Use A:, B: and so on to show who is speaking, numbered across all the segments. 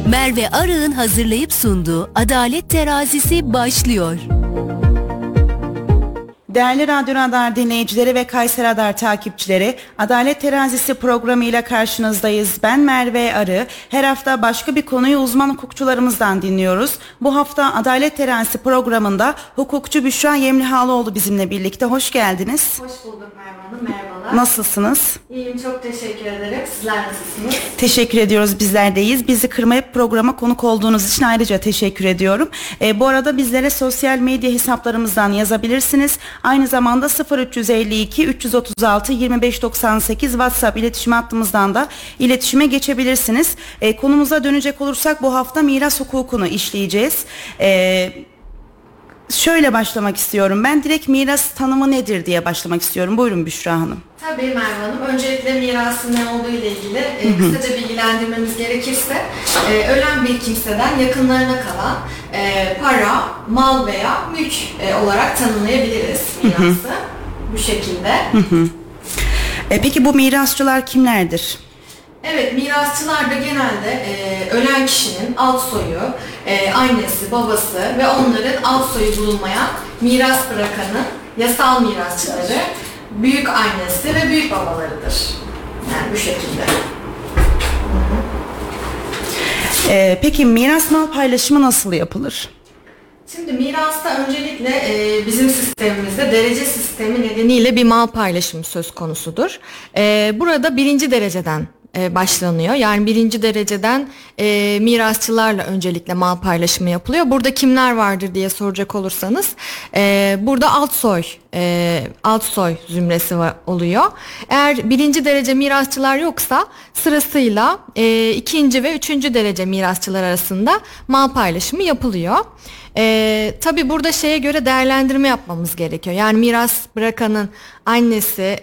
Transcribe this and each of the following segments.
A: Merve Arı'nın hazırlayıp sunduğu Adalet Terazisi başlıyor.
B: Değerli Radyo Radar dinleyicileri ve Kayser Radar takipçileri, Adalet Terazisi programıyla karşınızdayız. Ben Merve Arı. Her hafta başka bir konuyu uzman hukukçularımızdan dinliyoruz. Bu hafta Adalet Terazisi programında hukukçu Büşra Yemlihalıoğlu bizimle birlikte. Hoş geldiniz.
C: Hoş bulduk Merve Hanım, merhabalar.
B: Nasılsınız?
C: İyiyim, çok teşekkür ederim. Sizler nasılsınız?
B: Teşekkür ediyoruz, bizler deyiz. Bizi kırmayıp programa konuk olduğunuz için ayrıca teşekkür ediyorum. Bu arada bizlere sosyal medya hesaplarımızdan yazabilirsiniz. Aynı zamanda 0352 336 2598 WhatsApp iletişim hattımızdan da iletişime geçebilirsiniz. Konumuza dönecek olursak bu hafta miras hukukunu işleyeceğiz. Şöyle başlamak istiyorum. Ben direkt miras tanımı nedir diye başlamak istiyorum. Buyurun Büşra Hanım.
C: Tabii Merve Hanım. Öncelikle mirasın ne olduğu ile ilgili kısaca bilgilendirmemiz gerekirse ölen bir kimseden yakınlarına kalan para, mal veya mülk olarak tanımlayabiliriz mirası. Bu şekilde.
B: Peki bu mirasçılar kimlerdir?
C: Evet, mirasçılar da genelde ölen kişinin alt soyu, annesi, babası ve onların alt soyu bulunmayan miras bırakanın yasal mirasçıları, büyük annesi ve büyük babalarıdır. Yani bu şekilde.
B: Peki miras mal paylaşımı nasıl yapılır?
C: Şimdi mirasta öncelikle bizim sistemimizde derece sistemi nedeniyle bir mal paylaşımı söz konusudur. Burada birinci dereceden başlanıyor. Yani birinci dereceden mirasçılarla öncelikle mal paylaşımı yapılıyor. Burada kimler vardır diye soracak olursanız burada alt soy zümresi oluyor. Eğer birinci derece mirasçılar yoksa sırasıyla ikinci ve üçüncü derece mirasçılar arasında mal paylaşımı yapılıyor. Tabii burada şeye göre değerlendirme yapmamız gerekiyor. Yani miras bırakanın annesi,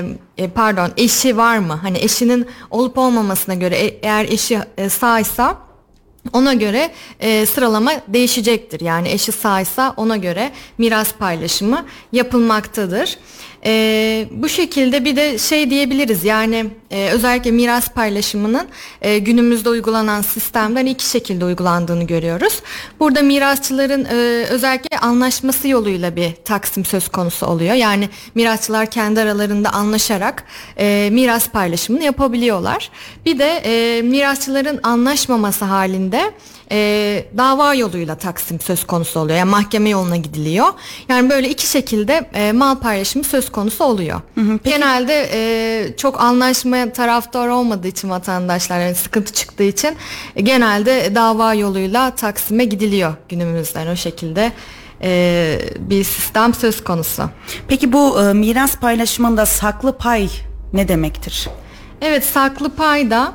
C: eşi var mı? Hani eşinin olup olmamasına göre eğer eşi sağysa ona göre sıralama değişecektir. Yani eşi sağysa ona göre miras paylaşımı yapılmaktadır. Bu şekilde bir de şey diyebiliriz, yani özellikle miras paylaşımının günümüzde uygulanan sistemden iki şekilde uygulandığını görüyoruz. Burada mirasçıların özellikle anlaşması yoluyla bir taksim söz konusu oluyor. Yani mirasçılar kendi aralarında anlaşarak miras paylaşımını yapabiliyorlar. Bir de mirasçıların anlaşmaması halinde dava yoluyla taksim söz konusu oluyor. Yani mahkeme yoluna gidiliyor. Yani böyle iki şekilde mal paylaşımı söz konusu oluyor. Genelde çok anlaşmaya taraftar olmadığı için vatandaşlar, yani sıkıntı çıktığı için genelde dava yoluyla taksime gidiliyor günümüzden, o şekilde bir sistem söz konusu.
B: Peki bu miras paylaşımında saklı pay ne demektir?
C: Evet, saklı pay da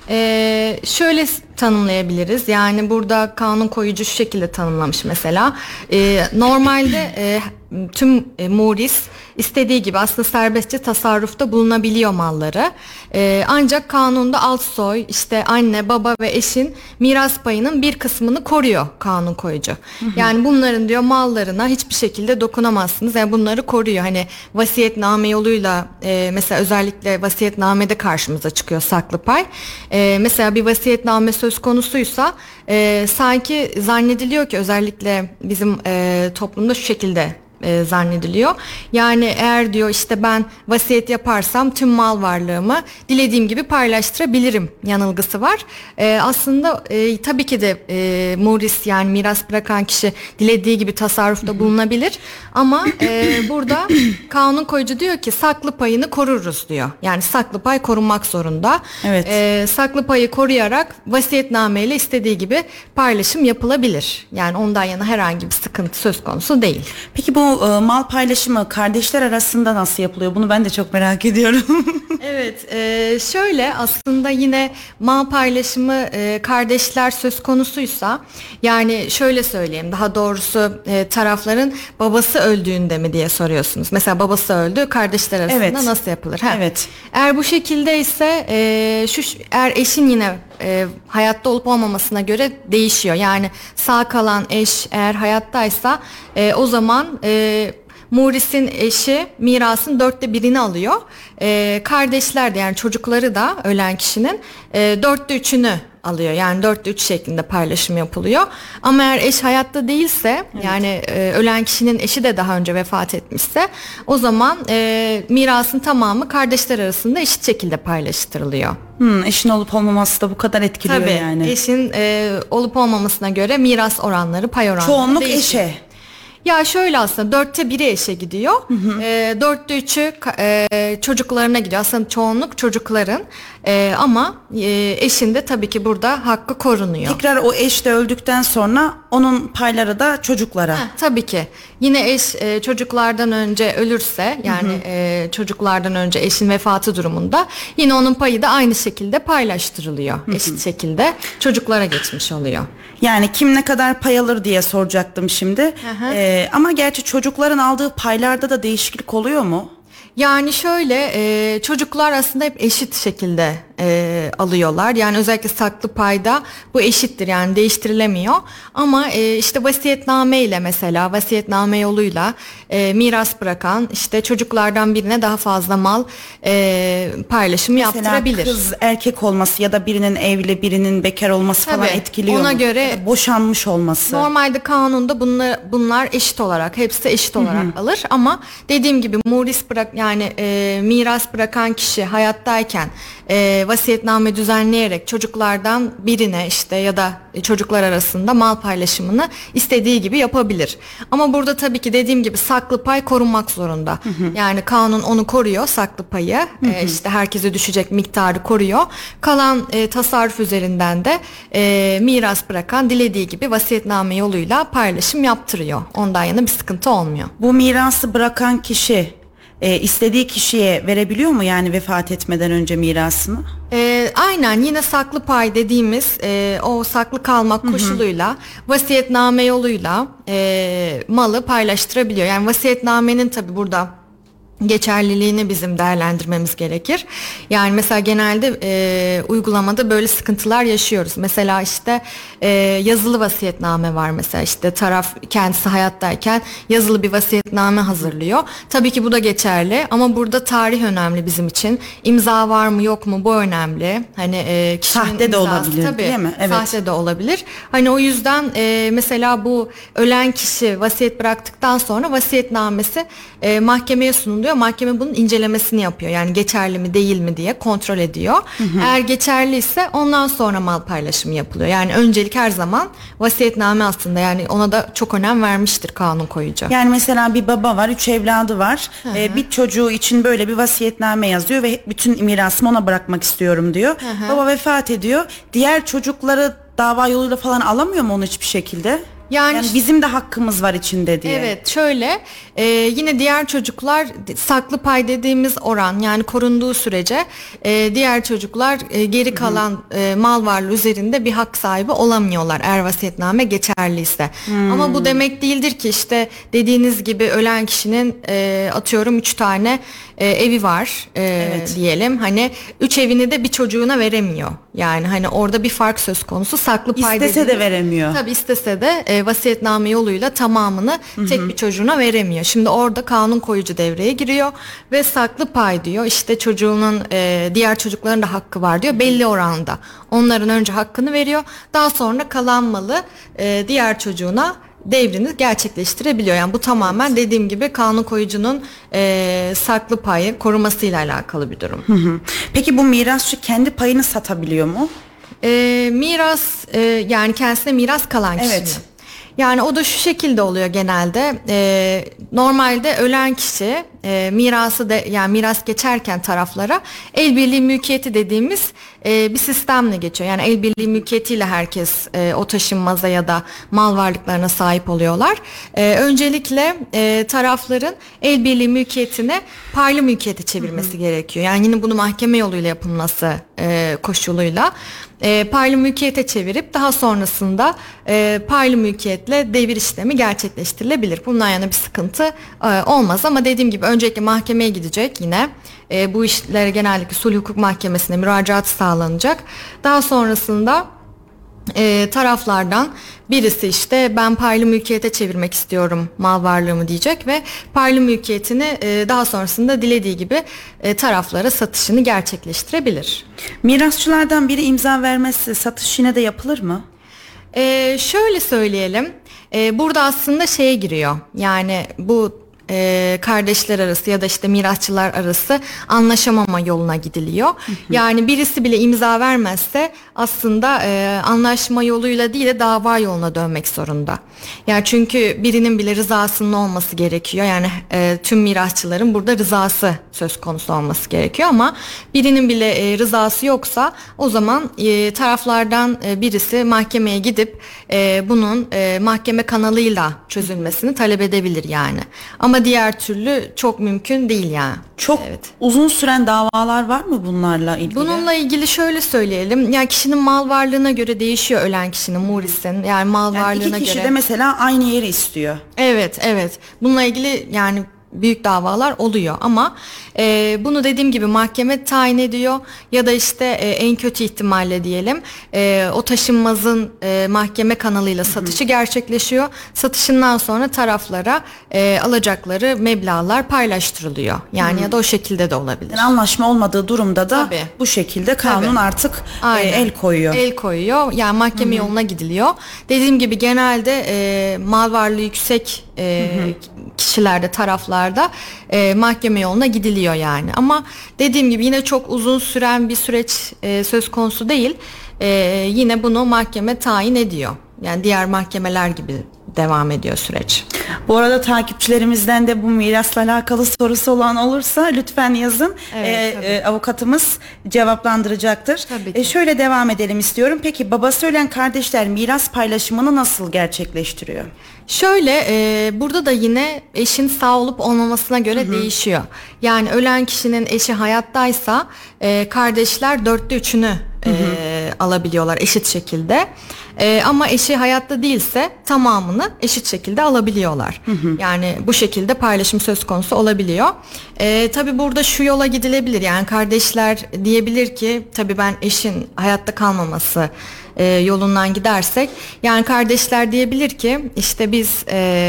C: şöyle tanımlayabiliriz. Yani burada kanun koyucu şu şekilde tanımlamış mesela. Normalde tüm muris istediği gibi aslında serbestçe tasarrufta bulunabiliyor malları. Ancak kanunda alt soy, işte anne, baba ve eşin miras payının bir kısmını koruyor kanun koyucu. Yani bunların diyor mallarına hiçbir şekilde dokunamazsınız. Yani bunları koruyor. Hani vasiyetname yoluyla mesela özellikle vasiyetnamede karşımıza çıkıyor saklı pay. Mesela bir vasiyetname söz konusuysa sanki zannediliyor ki özellikle bizim toplumda şu şekilde zannediliyor. Yani eğer diyor işte ben vasiyet yaparsam tüm mal varlığımı dilediğim gibi paylaştırabilirim yanılgısı var. Aslında tabii ki de muris, yani miras bırakan kişi dilediği gibi tasarrufta bulunabilir. Ama burada kanun koyucu diyor ki saklı payını koruruz diyor. Yani saklı pay korunmak zorunda.
B: Evet.
C: Saklı payı koruyarak vasiyetnameyle istediği gibi paylaşım yapılabilir. Yani ondan yana herhangi bir sıkıntı söz konusu değil.
B: Peki bu mal paylaşımı kardeşler arasında nasıl yapılıyor? Bunu ben de çok merak ediyorum.
C: Evet, şöyle aslında yine mal paylaşımı kardeşler söz konusuysa, yani şöyle söyleyeyim, daha doğrusu tarafların babası öldüğünde mi diye soruyorsunuz. Mesela babası öldü, kardeşler arasında
B: Evet.
C: nasıl yapılır?
B: Evet.
C: Eğer bu şekilde ise eğer eşin yine hayatta olup olmamasına göre değişiyor. Yani sağ kalan eş eğer hayattaysa o zaman Muris'in eşi mirasın 1/4'ünü alıyor. Kardeşler de yani çocukları da ölen kişinin 3/4'ünü alıyor. Yani 3 şeklinde paylaşım yapılıyor. Ama eğer eş hayatta değilse yani ölen kişinin eşi de daha önce vefat etmişse o zaman mirasın tamamı kardeşler arasında eşit şekilde paylaştırılıyor.
B: Eşin olup olmaması da bu kadar etkiliyor
C: Tabii,
B: yani.
C: eşin olup olmamasına göre miras oranları, pay oranları
B: Çoğunluk
C: değişiyor.
B: eşe.
C: Ya şöyle aslında 1/4 eşe gidiyor. 3/4'ü çocuklarına gidiyor. Aslında çoğunluk çocukların ama eşin de tabii ki burada hakkı korunuyor.
B: Tekrar o eş de öldükten sonra onun payları da çocuklara.
C: Tabii ki. Yine eş çocuklardan önce ölürse yani çocuklardan önce eşin vefatı durumunda yine onun payı da aynı şekilde paylaştırılıyor. Eşit şekilde çocuklara geçmiş oluyor.
B: Yani kim ne kadar pay alır diye soracaktım şimdi. Ama gerçi çocukların aldığı paylarda da değişiklik oluyor mu?
C: Yani şöyle çocuklar aslında hep eşit şekilde alıyorlar. Yani özellikle saklı payda bu eşittir yani değiştirilemiyor. Ama işte vasiyetname ile mesela vasiyetname yoluyla miras bırakan işte çocuklardan birine daha fazla mal paylaşımı yaptırabilir.
B: Mesela kız erkek olması ya da birinin evli birinin bekar olması falan
C: Tabii,
B: etkiliyor
C: ona
B: mu?
C: göre
B: Ya da boşanmış olması.
C: Normalde kanunda bunlar eşit olarak, hepsi eşit olarak alır ama dediğim gibi yani miras bırakan kişi hayattayken vasiyetname düzenleyerek çocuklardan birine işte ya da çocuklar arasında mal paylaşımını istediği gibi yapabilir. Ama burada tabii ki dediğim gibi saklı pay korunmak zorunda. Yani kanun onu koruyor, saklı payı. İşte herkese düşecek miktarı koruyor. Kalan tasarruf üzerinden de miras bırakan dilediği gibi vasiyetname yoluyla paylaşım yaptırıyor. Ondan yana bir sıkıntı olmuyor.
B: Bu mirası bırakan kişi istediği kişiye verebiliyor mu yani vefat etmeden önce mirasını?
C: Aynen yine saklı pay dediğimiz o saklı kalmak koşuluyla vasiyetname yoluyla malı paylaştırabiliyor. Yani vasiyetnamenin tabii burada geçerliliğini bizim değerlendirmemiz gerekir. Yani mesela genelde uygulamada böyle sıkıntılar yaşıyoruz. Mesela işte yazılı vasiyetname var mesela işte taraf kendisi hayattayken yazılı bir vasiyetname hazırlıyor. Tabii ki bu da geçerli ama burada tarih önemli bizim için. İmza var mı yok mu bu önemli. Hani kişinin
B: sahte
C: imzası,
B: de olabilir
C: tabii,
B: değil mi? Evet.
C: Sahte de olabilir. Hani o yüzden mesela bu ölen kişi vasiyet bıraktıktan sonra vasiyetnamesi mahkemeye sunuluyor. Mahkeme bunun incelemesini yapıyor. Yani geçerli mi değil mi diye kontrol ediyor. Eğer geçerliyse ondan sonra mal paylaşımı yapılıyor. Yani öncelik her zaman vasiyetname aslında. Yani ona da çok önem vermiştir kanun koyucu.
B: Yani mesela bir baba var, 3 evladı var. Bir çocuğu için böyle bir vasiyetname yazıyor ve bütün mirasımı ona bırakmak istiyorum diyor. Baba vefat ediyor. Diğer çocukları dava yoluyla falan alamıyor mu onu hiçbir şekilde? Yani bizim de hakkımız var içinde diye.
C: Evet şöyle yine diğer çocuklar saklı pay dediğimiz oran yani korunduğu sürece diğer çocuklar geri kalan mal varlığı üzerinde bir hak sahibi olamıyorlar eğer vasiyetname geçerliyse. Ama bu demek değildir ki işte dediğiniz gibi ölen kişinin atıyorum 3 tane evi var diyelim hani 3 evini de bir çocuğuna veremiyor. Yani hani orada bir fark söz konusu saklı pay
B: İstese de veremiyor.
C: Tabii istese de vasiyetname yoluyla tamamını tek bir çocuğuna veremiyor. Şimdi orada kanun koyucu devreye giriyor ve saklı pay diyor işte çocuğunun diğer çocukların da hakkı var diyor belli oranda. Onların önce hakkını veriyor daha sonra kalan malı diğer çocuğuna devrini gerçekleştirebiliyor. Yani bu tamamen dediğim gibi kanun koyucunun saklı payı korumasıyla alakalı bir durum.
B: Peki bu mirasçı kendi payını satabiliyor mu?
C: Miras yani kendisine miras kalan kişi mi? Yani o da şu şekilde oluyor genelde. Normalde ölen kişi mirası da yani miras geçerken taraflara el birliği mülkiyeti dediğimiz bir sistemle geçiyor. Yani el birliği mülkiyetiyle herkes o taşınmaza ya da mal varlıklarına sahip oluyorlar. Öncelikle tarafların el birliği mülkiyetine paylı mülkiyete çevirmesi gerekiyor. Yani yine bunu mahkeme yoluyla yapılması koşuluyla paylı mülkiyete çevirip daha sonrasında paylı mülkiyetle devir işlemi gerçekleştirilebilir. Bundan yana bir sıkıntı olmaz ama dediğim gibi öncelikle mahkemeye gidecek yine. Bu işlere genellikle sulh hukuk mahkemesine müracaat sağlanacak. Daha sonrasında taraflardan birisi işte ben paylı mülkiyete çevirmek istiyorum mal varlığımı diyecek ve paylı mülkiyetini daha sonrasında dilediği gibi taraflara satışını gerçekleştirebilir.
B: Mirasçılardan biri imza vermezse satış yine de yapılır mı?
C: Şöyle söyleyelim, burada aslında şeye giriyor, yani bu kardeşler arası ya da işte mirasçılar arası anlaşamama yoluna gidiliyor. Yani birisi bile imza vermezse aslında anlaşma yoluyla değil de dava yoluna dönmek zorunda. Yani çünkü birinin bile rızasının olması gerekiyor. Yani tüm mirasçıların burada rızası söz konusu olması gerekiyor ama birinin bile rızası yoksa o zaman taraflardan birisi mahkemeye gidip bunun mahkeme kanalıyla çözülmesini talep edebilir yani. Ama diğer türlü çok mümkün değil yani.
B: Çok uzun süren davalar var mı bunlarla ilgili?
C: Bununla ilgili şöyle söyleyelim. Yani kişinin mal varlığına göre değişiyor, ölen kişinin, murisin. Yani mal varlığına göre.
B: İki kişi de mesela aynı yeri istiyor.
C: Evet. Bununla ilgili yani büyük davalar oluyor ama bunu dediğim gibi mahkeme tayin ediyor ya da işte en kötü ihtimalle diyelim o taşınmazın mahkeme kanalıyla satışı gerçekleşiyor. Satışından sonra taraflara alacakları meblağlar paylaştırılıyor. Yani ya da o şekilde de olabilir.
B: Yani anlaşma olmadığı durumda da bu şekilde kanun artık el koyuyor.
C: El koyuyor. Yani mahkeme yoluna gidiliyor. Dediğim gibi genelde mal varlığı yüksek kişilerde, taraflarda mahkeme yoluna gidiliyor yani. Ama dediğim gibi yine çok uzun süren bir süreç söz konusu değil. Yine bunu mahkeme tayin ediyor. Yani diğer mahkemeler gibi devam ediyor süreç.
B: Bu arada takipçilerimizden de bu mirasla alakalı sorusu olan olursa lütfen yazın. Avukatımız cevaplandıracaktır. Şöyle devam edelim istiyorum. Peki babası ölen kardeşler miras paylaşımını nasıl gerçekleştiriyor?
C: Şöyle burada da yine eşin sağ olup olmamasına göre değişiyor. Yani ölen kişinin eşi hayattaysa kardeşler 3/4'ünü alabiliyorlar eşit şekilde. Ama eşi hayatta değilse tamamını eşit şekilde alabiliyorlar. Yani bu şekilde paylaşım söz konusu olabiliyor. Tabii burada şu yola gidilebilir. Yani kardeşler diyebilir ki tabii ben eşin hayatta kalmaması yolundan gidersek, yani kardeşler diyebilir ki işte biz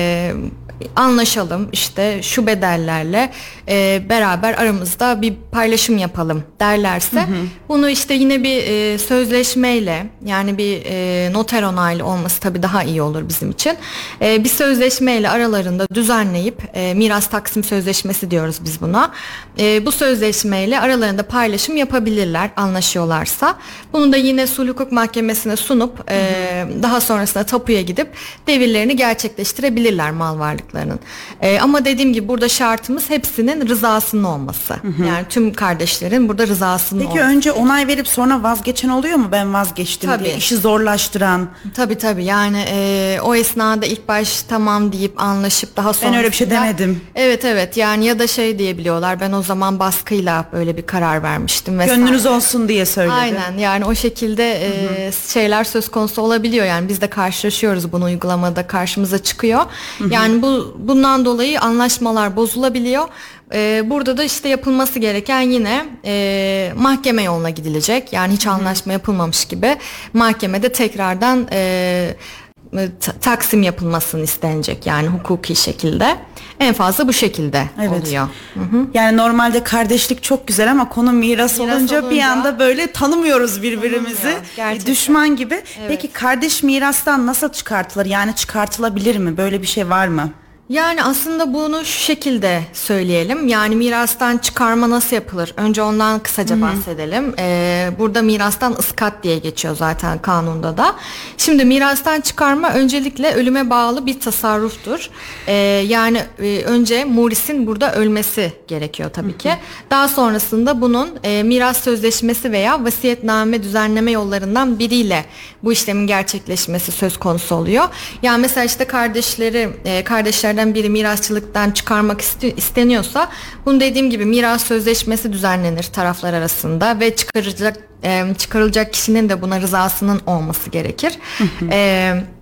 C: anlaşalım işte şu bedellerle beraber aramızda bir paylaşım yapalım derlerse bunu işte yine bir sözleşmeyle, yani bir noter onaylı olması tabii daha iyi olur bizim için. Bir sözleşmeyle aralarında düzenleyip miras taksim sözleşmesi diyoruz biz buna. Bu sözleşmeyle aralarında paylaşım yapabilirler anlaşıyorlarsa. Bunu da yine sulh hukuk mahkemesine sunup daha sonrasında tapuya gidip devirlerini gerçekleştirebilirler mal varlıklarının. Ama dediğim gibi burada şartımız hepsinin rızasının olması. Yani tüm kardeşlerin burada rızasının olması.
B: Peki önce onay verip sonra vazgeçen oluyor mu, ben vazgeçtim diye, işi zorlaştıran?
C: Tabii yani o esnada ilk baş tamam deyip anlaşıp daha sonra
B: ben öyle bir şey demedim.
C: Evet yani ya da şey diyebiliyorlar, ben o zaman baskıyla böyle bir karar vermiştim vesaire.
B: Gönlünüz olsun diye söyledim.
C: Aynen, yani o şekilde şeyler söz konusu olabiliyor. Yani biz de karşılaşıyoruz, bunu uygulamada karşımıza çıkıyor. Yani bundan dolayı anlaşmalar bozulabiliyor. Burada da işte yapılması gereken yine mahkeme yoluna gidilecek. Yani hiç anlaşma yapılmamış gibi mahkemede tekrardan taksim yapılmasını istenecek, yani hukuki şekilde. En fazla bu şekilde oluyor.
B: Yani normalde kardeşlik çok güzel ama konu miras olunca bir anda böyle tanımıyoruz birbirimizi. Düşman gibi. Evet. Peki kardeş mirastan nasıl çıkartılır? Yani çıkartılabilir mi? Böyle bir şey var mı?
C: Yani aslında bunu şu şekilde söyleyelim. Yani mirastan çıkarma nasıl yapılır? Önce ondan kısaca bahsedelim. Burada mirastan ıskat diye geçiyor zaten kanunda da. Şimdi mirastan çıkarma öncelikle ölüme bağlı bir tasarruftur. Yani önce murisin burada ölmesi gerekiyor tabii ki. Daha sonrasında bunun miras sözleşmesi veya vasiyetname düzenleme yollarından biriyle bu işlemin gerçekleşmesi söz konusu oluyor. Yani mesela işte kardeşlerden biri mirasçılıktan çıkarmak isteniyorsa, bunu dediğim gibi miras sözleşmesi düzenlenir taraflar arasında ve çıkarılacak kişinin de buna rızasının olması gerekir.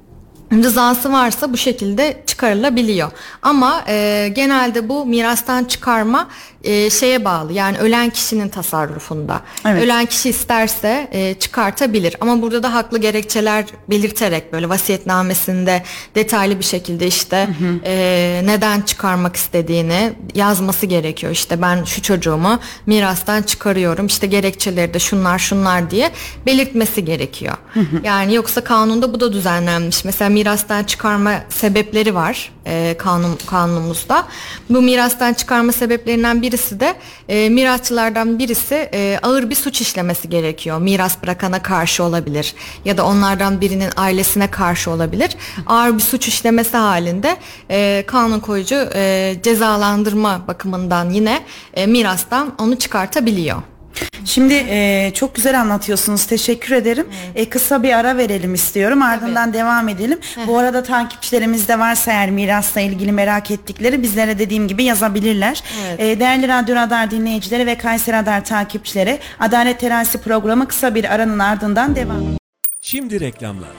C: rızası varsa bu şekilde çıkarılabiliyor. Ama genelde bu mirastan çıkarma şeye bağlı. Yani ölen kişinin tasarrufunda.
B: Evet.
C: Ölen kişi isterse çıkartabilir. Ama burada da haklı gerekçeler belirterek böyle vasiyetnamesinde detaylı bir şekilde işte neden çıkarmak istediğini yazması gerekiyor. İşte ben şu çocuğumu mirastan çıkarıyorum. İşte gerekçeleri de şunlar diye belirtmesi gerekiyor. Yani yoksa kanunda bu da düzenlenmiş. Mesela mirastan çıkarma sebepleri var kanunumuzda. Bu mirastan çıkarma sebeplerinden birisi de mirasçılardan birisi ağır bir suç işlemesi gerekiyor. Miras bırakana karşı olabilir ya da onlardan birinin ailesine karşı olabilir. Ağır bir suç işlemesi halinde kanun koyucu cezalandırma bakımından yine mirastan onu çıkartabiliyor.
B: Şimdi çok güzel anlatıyorsunuz. Teşekkür ederim. Kısa bir ara verelim istiyorum. Ardından devam edelim. Bu arada takipçilerimiz de varsa eğer mirasla ilgili merak ettikleri bizlere dediğim gibi yazabilirler. Değerli Radyo Radar dinleyicileri ve Kayseri Radar takipçileri, Adalet Terazisi programı kısa bir aranın ardından devam ediyor.
D: Şimdi reklamlar.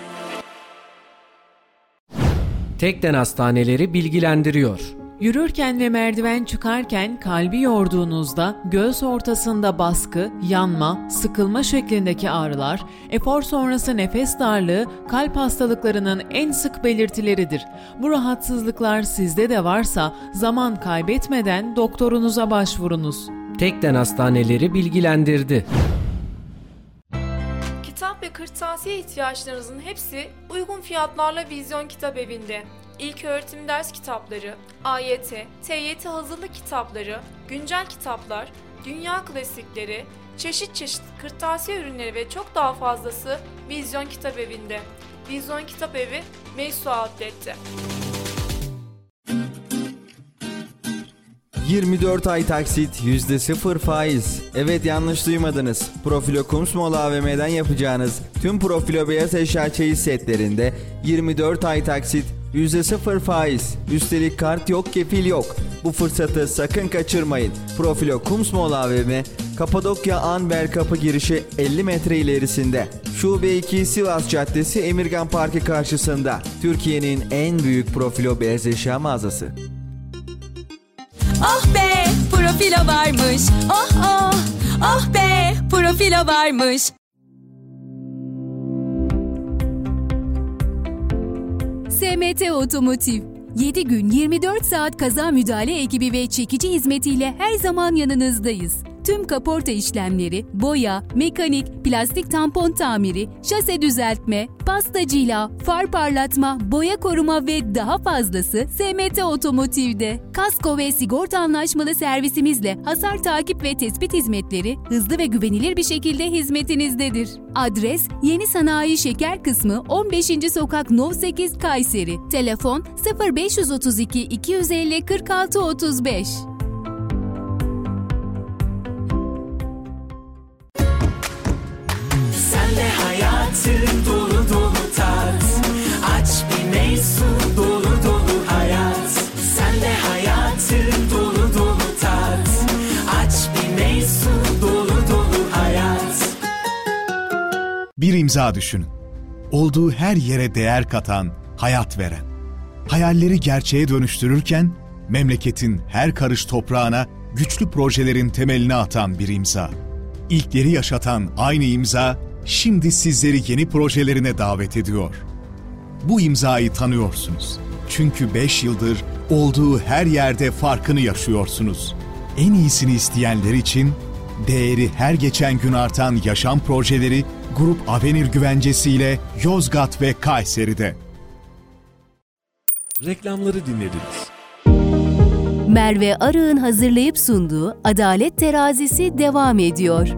E: Tekden Hastaneleri bilgilendiriyor.
F: Yürürken ve merdiven çıkarken kalbi yorduğunuzda göğüs ortasında baskı, yanma, sıkılma şeklindeki ağrılar, efor sonrası nefes darlığı kalp hastalıklarının en sık belirtileridir. Bu rahatsızlıklar sizde de varsa zaman kaybetmeden doktorunuza başvurunuz.
E: Tekden Hastaneleri bilgilendirdi.
G: Kitap ve kırtasiye ihtiyaçlarınızın hepsi uygun fiyatlarla Vizyon Kitap Evi'nde. İlköğretim ders kitapları, AYT, TYT hazırlık kitapları, güncel kitaplar, dünya klasikleri, çeşit kırtasiye ürünleri ve çok daha fazlası Vizyon Kitap Evi'nde. Vizyon Kitap Evi, Meysu Outlet'te.
H: 24 ay taksit, %0 faiz. Evet, yanlış duymadınız. Profilo Kumsmola AVM'den yapacağınız tüm Profilo beyaz eşya çeyiz setlerinde 24 ay taksit, %0 faiz. Üstelik kart yok, kefil yok. Bu fırsatı sakın kaçırmayın. Profilo Kumsmola AVM, Kapadokya Anber Kapı girişi 50 metre ilerisinde. Şube 2 Sivas Caddesi Emirgan Parkı karşısında. Türkiye'nin en büyük Profilo beyaz eşya mağazası.
I: Oh be, Profilo varmış. Oh oh, oh be, Profilo varmış.
A: SMT Otomotiv 7 gün 24 saat kaza müdahale ekibi ve çekici hizmetiyle her zaman yanınızdayız. Tüm kaporta işlemleri, boya, mekanik, plastik tampon tamiri, şase düzeltme, pasta cila, far parlatma, boya koruma ve daha fazlası SMT Otomotiv'de. Kasko ve sigorta anlaşmalı servisimizle hasar takip ve tespit hizmetleri hızlı ve güvenilir bir şekilde hizmetinizdedir. Adres Yeni Sanayi Şeker Kısmı 15. Sokak No 8 Kayseri. Telefon 0532 250 46 35.
J: Hayatın dolu dolu tat, aç bir meysu dolu dolu hayat. Sen de hayatın dolu dolu tat, aç bir meysu dolu dolu hayat.
K: Bir imza düşünün. Olduğu her yere değer katan, hayat veren. Hayalleri gerçeğe dönüştürürken memleketin her karış toprağına güçlü projelerin temelini atan bir imza. İlkleri yaşatan aynı imza şimdi sizleri yeni projelerine davet ediyor. Bu imzayı tanıyorsunuz. Çünkü 5 yıldır olduğu her yerde farkını yaşıyorsunuz. En iyisini isteyenler için değeri her geçen gün artan yaşam projeleri Grup Avenir güvencesiyle Yozgat ve Kayseri'de.
D: Reklamları dinlediniz.
A: Merve Arık'ın hazırlayıp sunduğu Adalet Terazisi devam ediyor.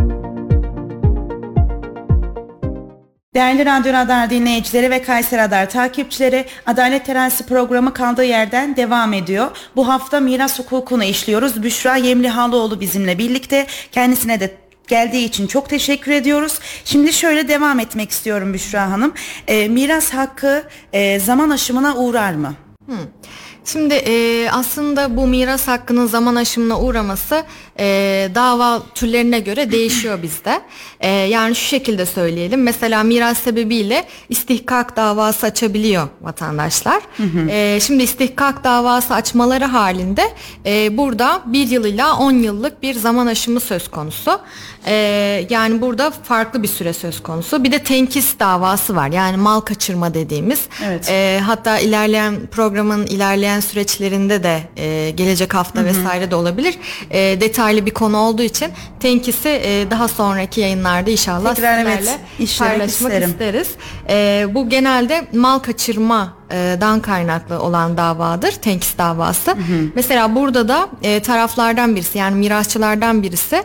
B: Değerli Radyo Radar dinleyicileri ve Kayseri Radar takipçileri, Adalet Terazisi programı kaldığı yerden devam ediyor. Bu hafta miras hukukunu işliyoruz. Büşra Yemlihalıoğlu bizimle birlikte. Kendisine de geldiği için çok teşekkür ediyoruz. Şimdi şöyle devam etmek istiyorum Büşra Hanım. Miras hakkı zaman aşımına uğrar mı?
C: Şimdi aslında bu miras hakkının zaman aşımına uğraması dava türlerine göre değişiyor bizde. Yani şu şekilde söyleyelim. Mesela miras sebebiyle istihkak davası açabiliyor vatandaşlar. Şimdi istihkak davası açmaları halinde burada 1 yıl ile 10 yıllık bir zaman aşımı söz konusu. Yani burada farklı bir süre söz konusu. Bir de tenkis davası var. Yani mal kaçırma dediğimiz. Evet. Hatta programın ilerleyen süreçlerinde de gelecek hafta vesaire de olabilir. Detaylı bir konu olduğu için tenkisi daha sonraki yayınlarda inşallah sizlerle paylaşmak isteriz. Bu genelde mal kaçırmadan kaynaklı olan davadır. Tenkis davası. Mesela burada da taraflardan birisi, yani mirasçılardan birisi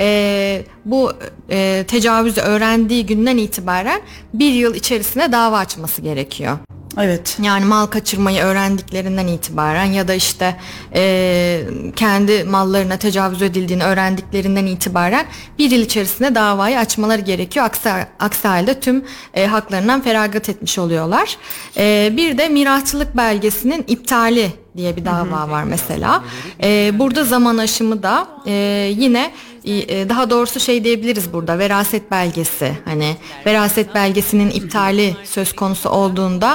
C: bu tecavüzü öğrendiği günden itibaren 1 yıl içerisinde dava açması gerekiyor.
B: Evet.
C: Yani mal kaçırmayı öğrendiklerinden itibaren ya da işte kendi mallarına tecavüz edildiğini öğrendiklerinden itibaren 1 yıl içerisinde davayı açmaları gerekiyor. Aksi halde tüm haklarından feragat etmiş oluyorlar. Bir de mirasçılık belgesinin iptali diye bir dava var mesela. Burada zaman aşımı da yine daha doğrusu diyebiliriz burada, veraset belgesi, hani veraset belgesinin iptali söz konusu olduğunda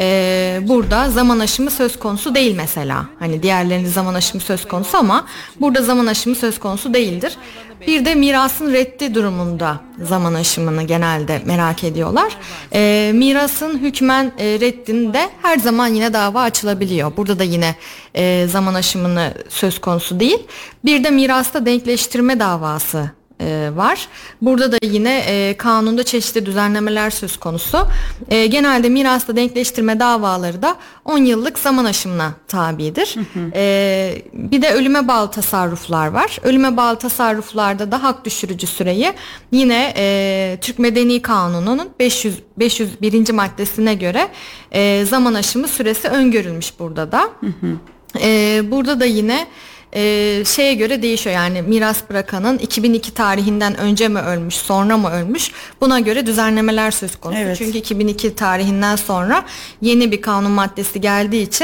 C: burada zaman aşımı söz konusu değil mesela. Hani diğerlerinde zaman aşımı söz konusu ama burada zaman aşımı söz konusu değildir. Bir de mirasın reddi durumunda zaman aşımını genelde merak ediyorlar. Mirasın hükmen reddinde her zaman yine dava açılabiliyor. Burada da yine zaman aşımını söz konusu değil. Bir de mirasta denkleştirme davası var. Burada da yine kanunda çeşitli düzenlemeler söz konusu. Genelde mirasta denkleştirme davaları da 10 yıllık zaman aşımına tabidir. Bir de ölüme bağlı tasarruflar var. Ölüme bağlı tasarruflarda da hak düşürücü süreyi yine Türk Medeni Kanunu'nun 501. maddesine göre zaman aşımı süresi öngörülmüş burada da. Burada da yine şeye göre değişiyor, yani miras bırakanın 2002 tarihinden önce mi ölmüş, sonra mı ölmüş, buna göre düzenlemeler söz konusu. Evet. Çünkü 2002 tarihinden sonra yeni bir kanun maddesi geldiği için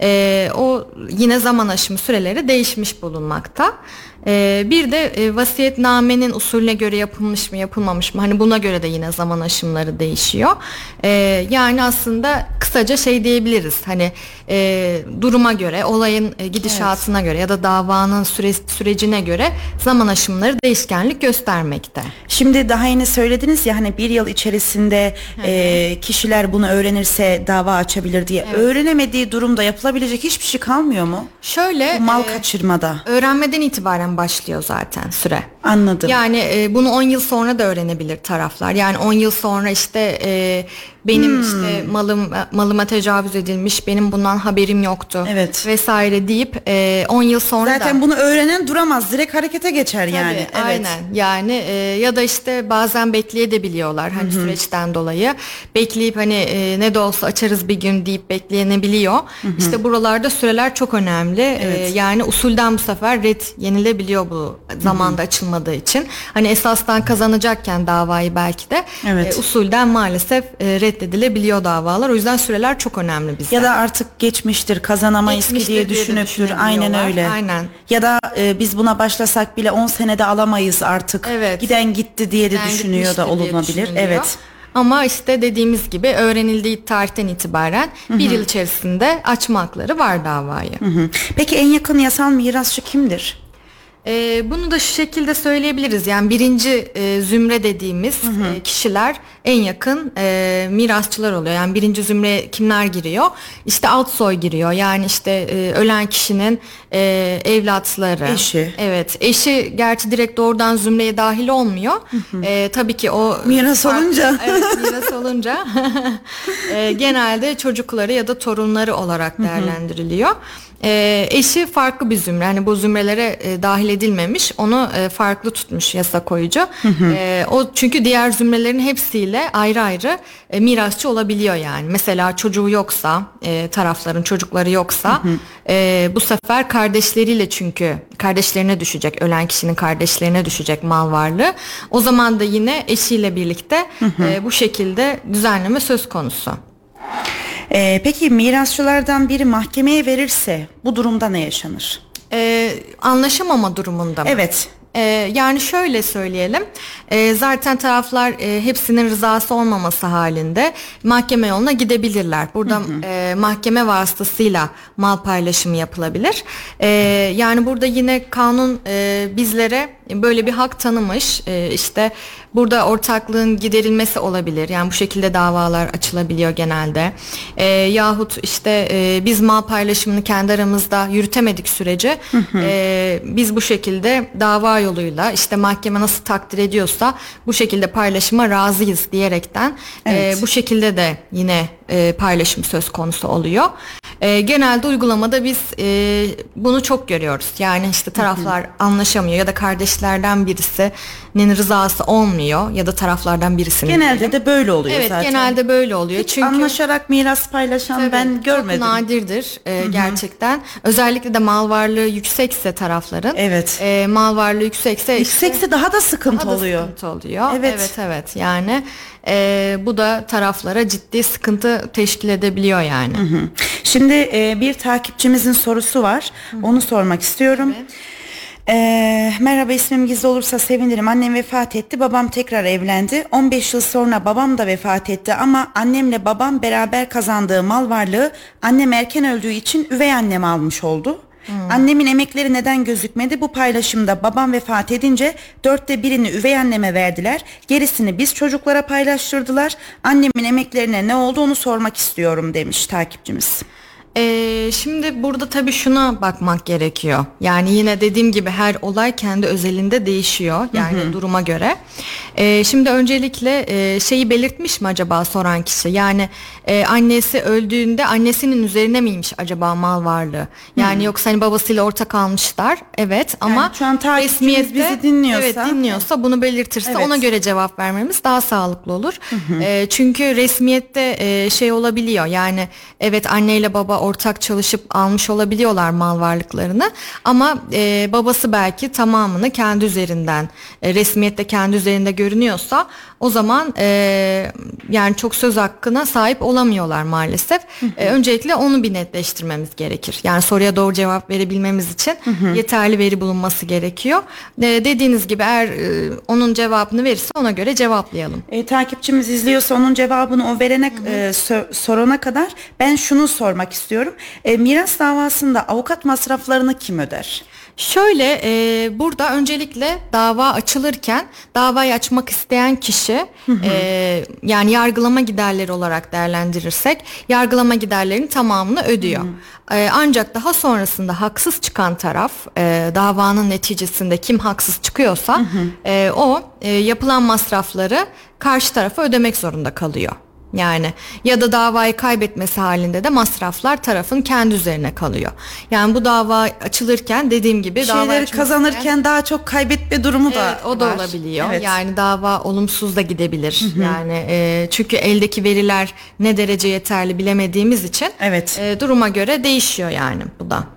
C: o yine zaman aşımı süreleri değişmiş bulunmakta. Bir de vasiyetnamenin usulüne göre yapılmış mı yapılmamış mı, hani buna göre de yine zaman aşımları değişiyor. Yani aslında kısaca diyebiliriz, hani duruma göre, olayın gidişatına göre ya da davanın sürecine göre zaman aşımları değişkenlik göstermekte.
B: Şimdi daha yeni söylediniz ya, hani 1 yıl içerisinde kişiler bunu öğrenirse dava açabilir diye. Evet. Öğrenemediği durumda yapılabilecek hiçbir şey kalmıyor mu?
C: Şöyle,
B: bu mal kaçırmada.
C: Öğrenmeden itibaren başlıyor zaten süre.
B: Anladım.
C: Yani bunu 10 yıl sonra da öğrenebilir taraflar. Yani 10 yıl sonra benim malıma tecavüz edilmiş, benim bundan haberim yoktu vesaire deyip 10 yıl sonra
B: zaten bunu öğrenen duramaz, direkt harekete geçer. Tabii, yani. Evet.
C: Aynen. Yani ya da bazen bekleyebiliyorlar hani süreçten dolayı. Bekleyip ne de olsa açarız bir gün deyip bekleyebiliyor. Buralarda süreler çok önemli. Evet. Yani usulden bu sefer red yenilebiliyor bu zamanda açılmadığı için. Hani esastan kazanacakken davayı belki de usulden maalesef reddedilebiliyor davalar. O yüzden süreler çok önemli bizde.
B: Ya da artık geçmiştir, kazanamayız ki diye düşünüptür. Aynen öyle.
C: Aynen.
B: Ya da biz buna başlasak bile 10 senede alamayız artık. Evet. Giden gitti diye de düşünüyor da olunabilir. Evet.
C: Ama dediğimiz gibi öğrenildiği tarihten itibaren 1 yıl içerisinde açma hakları var davayı.
B: Peki en yakın yasal mirasçı kimdir?
C: Bunu da şu şekilde söyleyebiliriz. Yani 1. zümre dediğimiz kişiler en yakın mirasçılar oluyor. Yani 1. zümreye kimler giriyor? Alt soy giriyor. Yani ölen kişinin evlatları.
B: Eşi.
C: Evet. Eşi gerçi direkt doğrudan zümreye dahil olmuyor. Tabii ki o
B: miras olunca.
C: Evet, miras olunca genelde çocukları ya da torunları olarak değerlendiriliyor. Eşi farklı bir zümre, hani bu zümrelere dahil edilmemiş, onu farklı tutmuş yasa koyucu. O çünkü diğer zümrelerin hepsiyle ayrı ayrı mirasçı olabiliyor yani. Mesela çocuğu yoksa, tarafların çocukları yoksa bu sefer kardeşleriyle, çünkü kardeşlerine düşecek, ölen kişinin kardeşlerine düşecek mal varlığı. O zaman da yine eşiyle birlikte bu şekilde düzenleme söz konusu.
B: Peki mirasçılardan biri mahkemeye verirse bu durumda ne yaşanır?
C: Anlaşamama durumunda mı?
B: Evet.
C: Yani şöyle söyleyelim, zaten taraflar hepsinin rızası olmaması halinde mahkeme yoluna gidebilirler. Burada mahkeme vasıtasıyla mal paylaşımı yapılabilir. Yani burada yine kanun bizlere böyle bir hak tanımış. İşte burada ortaklığın giderilmesi olabilir. Yani bu şekilde davalar açılabiliyor genelde. Yahut işte biz mal paylaşımını kendi aramızda yürütemedik sürece biz bu şekilde dava yoluyla işte mahkeme nasıl takdir ediyorsa bu şekilde paylaşıma razıyız diyerekten bu şekilde de yine paylaşım söz konusu oluyor. Genelde uygulamada biz bunu çok görüyoruz. Yani işte taraflar anlaşamıyor ya da kardeşlerden birisinin rızası olmuyor ya da taraflardan birisinin.
B: Genelde de böyle oluyor
C: evet,
B: zaten.
C: Evet, genelde böyle oluyor.
B: Hiç
C: çünkü
B: anlaşarak miras paylaşan ben görmedim.
C: Çok nadirdir gerçekten. Özellikle de mal varlığı yüksekse tarafların.
B: Evet.
C: Mal varlığı yüksekse
B: daha da sıkıntı oluyor.
C: Sıkıntı oluyor.
B: Evet.
C: Evet. Yani bu da taraflara ciddi sıkıntı teşkil edebiliyor yani.
B: Şimdi bir takipçimizin sorusu var. Onu sormak istiyorum.
C: Evet.
B: Merhaba, ismim gizli olursa sevinirim. Annem vefat etti, babam tekrar evlendi. 15 yıl sonra babam da vefat etti ama annemle babam beraber kazandığı mal varlığı annem erken öldüğü için üvey annem almış oldu. Annemin emekleri neden gözükmedi? Bu paylaşımda babam vefat edince 1/4'ünü üvey anneme verdiler. Gerisini biz çocuklara paylaştırdılar. Annemin emeklerine ne oldu onu sormak istiyorum demiş takipçimiz.
C: Şimdi burada tabii şuna bakmak gerekiyor. Yani yine dediğim gibi her olay kendi özelinde değişiyor. Yani duruma göre. Şimdi öncelikle şeyi belirtmiş mi acaba soran kişi? Yani annesi öldüğünde annesinin üzerine miymiş acaba mal varlığı? Yani yoksa hani babasıyla ortak almışlar. Evet ama
B: yani şu an takipçimiz bizi dinliyorsa.
C: Evet, dinliyorsa bunu belirtirse ona göre cevap vermemiz daha sağlıklı olur. Çünkü resmiyette şey olabiliyor. Yani evet, anneyle baba ortak çalışıp almış olabiliyorlar mal varlıklarını ama babası belki tamamını kendi üzerinden resmiyette kendi üzerinde görünüyorsa o zaman yani çok söz hakkına sahip olamıyorlar maalesef. Öncelikle onu bir netleştirmemiz gerekir. Yani soruya doğru cevap verebilmemiz için yeterli veri bulunması gerekiyor. Dediğiniz gibi eğer onun cevabını verirse ona göre cevaplayalım.
B: Takipçimiz izliyorsa onun cevabını o verene sorana kadar ben şunu sormak istiyorum. Miras davasında avukat masraflarını kim öder?
C: Şöyle burada öncelikle dava açılırken davayı açmak isteyen kişi yani yargılama giderleri olarak değerlendirirsek yargılama giderlerinin tamamını ödüyor. Ancak daha sonrasında haksız çıkan taraf davanın neticesinde kim haksız çıkıyorsa o yapılan masrafları karşı tarafa ödemek zorunda kalıyor. Yani ya da davayı kaybetmesi halinde de masraflar tarafın kendi üzerine kalıyor. Yani bu dava açılırken dediğim gibi
B: şeyleri kazanırken daha çok kaybetme durumu da
C: evet, o da
B: var.
C: Olabiliyor. Evet. Yani dava olumsuz da gidebilir. Yani çünkü eldeki veriler ne derece yeterli bilemediğimiz için duruma göre değişiyor yani bu da.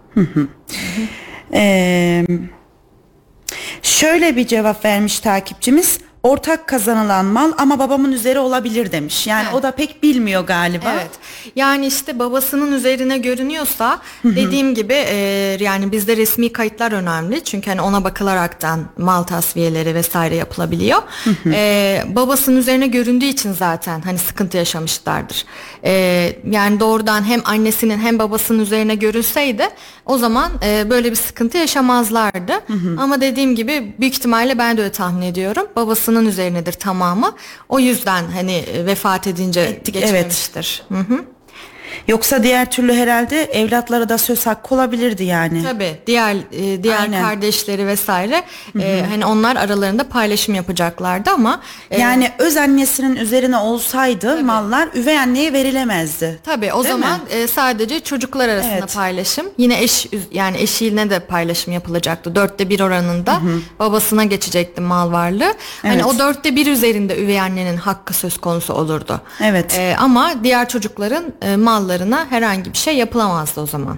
B: Şöyle bir cevap vermiş takipçimiz. Ortak kazanılan mal ama babamın üzeri olabilir demiş. Yani o da pek bilmiyor galiba.
C: Evet. Yani işte babasının üzerine görünüyorsa dediğim gibi yani bizde resmi kayıtlar önemli. Çünkü hani ona bakılaraktan mal tasfiyeleri vesaire yapılabiliyor. Babasının üzerine göründüğü için zaten hani sıkıntı yaşamışlardır. Yani doğrudan hem annesinin hem babasının üzerine görünseydi o zaman böyle bir sıkıntı yaşamazlardı. Ama dediğim gibi büyük ihtimalle ben de öyle tahmin ediyorum. Babasının üzerinedir tamamı. O yüzden hani vefat edince geçmemiştir.
B: Yoksa diğer türlü herhalde evlatlara da söz hakkı olabilirdi yani.
C: Tabii diğer kardeşleri vesaire hani onlar aralarında paylaşım yapacaklardı ama
B: yani öz annesinin üzerine olsaydı mallar üvey anneye verilemezdi.
C: Tabii o zaman sadece çocuklar arasında paylaşım. Yine eşiyle de paylaşım yapılacaktı. 1/4 oranında babasına geçecekti mal varlığı. Hani o 1/4 üzerinde üvey annenin hakkı söz konusu olurdu.
B: Evet.
C: Ama diğer çocukların mallarına herhangi bir şey yapılamazdı o zaman.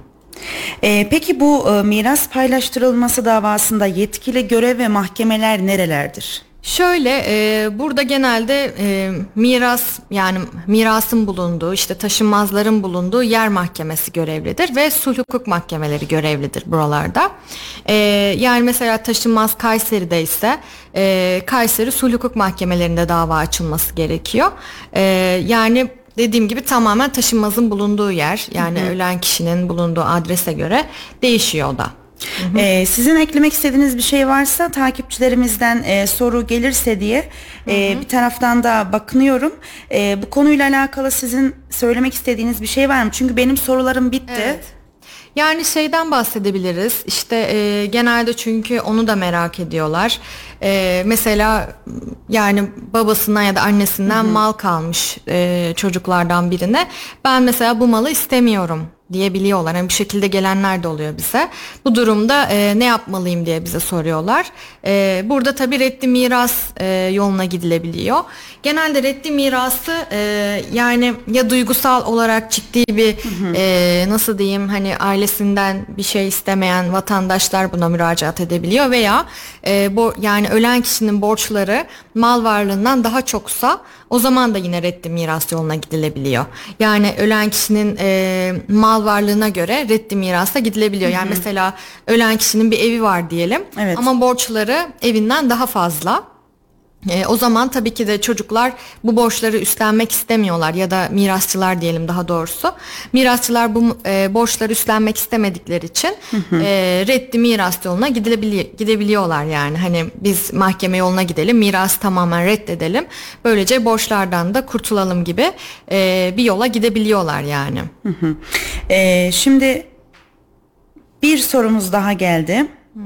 B: Peki bu miras paylaştırılması davasında yetkili görev ve mahkemeler nerelerdir?
C: Şöyle burada genelde miras, yani mirasın bulunduğu, işte taşınmazların bulunduğu yer mahkemesi görevlidir ve sulh hukuk mahkemeleri görevlidir buralarda. Yani mesela taşınmaz Kayseri'de ise Kayseri sulh hukuk mahkemelerinde dava açılması gerekiyor. Yani dediğim gibi tamamen taşınmazın bulunduğu yer, yani ölen kişinin bulunduğu adrese göre değişiyor o da.
B: Sizin eklemek istediğiniz bir şey varsa takipçilerimizden soru gelirse diye bir taraftan da bakınıyorum. Bu konuyla alakalı sizin söylemek istediğiniz bir şey var mı? Çünkü benim sorularım bitti.
C: Evet. Yani şeyden bahsedebiliriz işte genelde, çünkü onu da merak ediyorlar. Mesela yani babasından ya da annesinden mal kalmış çocuklardan birine, ben mesela bu malı istemiyorum diyebiliyorlar. Yani bu şekilde gelenler de oluyor bize. Bu durumda ne yapmalıyım diye bize soruyorlar. Burada tabii reddi miras yoluna gidilebiliyor. Genelde reddi mirası yani ya duygusal olarak ciddi bir nasıl diyeyim, hani ailesinden bir şey istemeyen vatandaşlar buna müracaat edebiliyor veya yani ölen kişinin borçları mal varlığından daha çoksa o zaman da yine reddi miras yoluna gidilebiliyor. Yani ölen kişinin mal varlığına göre reddi mirasa gidilebiliyor. Yani mesela ölen kişinin bir evi var diyelim, ama borçları evinden daha fazla. O zaman tabii ki de çocuklar bu borçları üstlenmek istemiyorlar, ya da mirasçılar diyelim daha doğrusu. Mirasçılar bu borçları üstlenmek istemedikleri için reddi miras yoluna gidebiliyorlar yani. Hani biz mahkeme yoluna gidelim, mirası tamamen reddedelim, böylece borçlardan da kurtulalım gibi bir yola gidebiliyorlar yani.
B: Şimdi bir sorumuz daha geldi.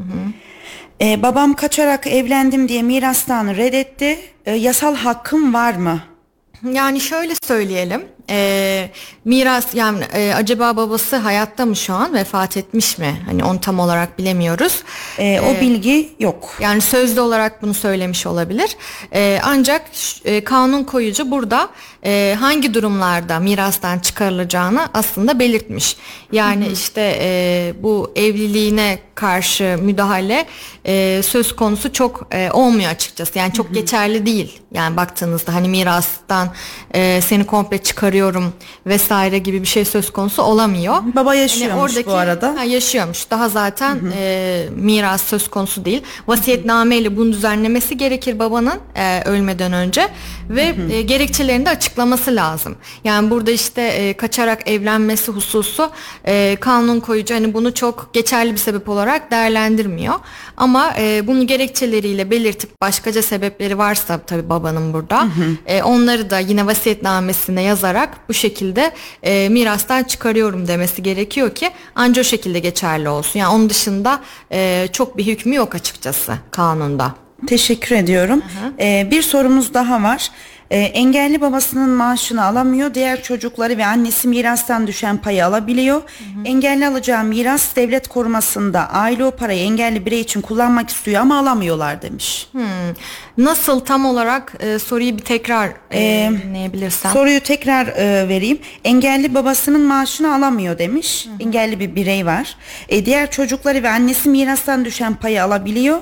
B: Babam kaçarak evlendim diye mirastan reddetti. Yasal hakkım var mı?
C: Yani şöyle söyleyelim. Miras, yani acaba babası hayatta mı şu an, vefat etmiş mi? Hani onu tam olarak bilemiyoruz.
B: O bilgi yok.
C: Yani sözlü olarak bunu söylemiş olabilir. Ancak kanun koyucu burada hangi durumlarda mirastan çıkarılacağını aslında belirtmiş. Yani işte bu evliliğine karşı müdahale söz konusu çok olmuyor açıkçası. Yani çok geçerli değil. Yani baktığınızda hani mirastan seni komple çıkarıyorum vesaire gibi bir şey söz konusu olamıyor.
B: Baba yaşıyormuş
C: yani
B: bu arada.
C: Yaşıyormuş. Daha zaten miras söz konusu değil. Vasiyetnameyle bunun düzenlemesi gerekir babanın ölmeden önce ve gerekçelerini de açıklaması lazım. Yani burada işte kaçarak evlenmesi hususu kanun koyucu hani bunu çok geçerli bir sebep olarak değerlendirmiyor. Ama bunu gerekçeleriyle belirtip başkaca sebepleri varsa tabii babanın burada onları da yine vasiyetnamesine yazarak bu şekilde mirastan çıkarıyorum demesi gerekiyor ki anca o şekilde geçerli olsun. Yani onun dışında çok bir hükmü yok açıkçası kanunda.
B: Teşekkür ediyorum. Bir sorumuz daha var. Engelli babasının maaşını alamıyor. Diğer çocukları ve annesi mirastan düşen payı alabiliyor. Engelli alacağı miras devlet korumasında, aile o parayı engelli birey için kullanmak istiyor ama alamıyorlar demiş.
C: Nasıl tam olarak soruyu bir tekrar dinleyebilirsem?
B: Soruyu tekrar vereyim. Engelli babasının maaşını alamıyor demiş. Engelli bir birey var. Diğer çocukları ve annesi mirastan düşen payı alabiliyor.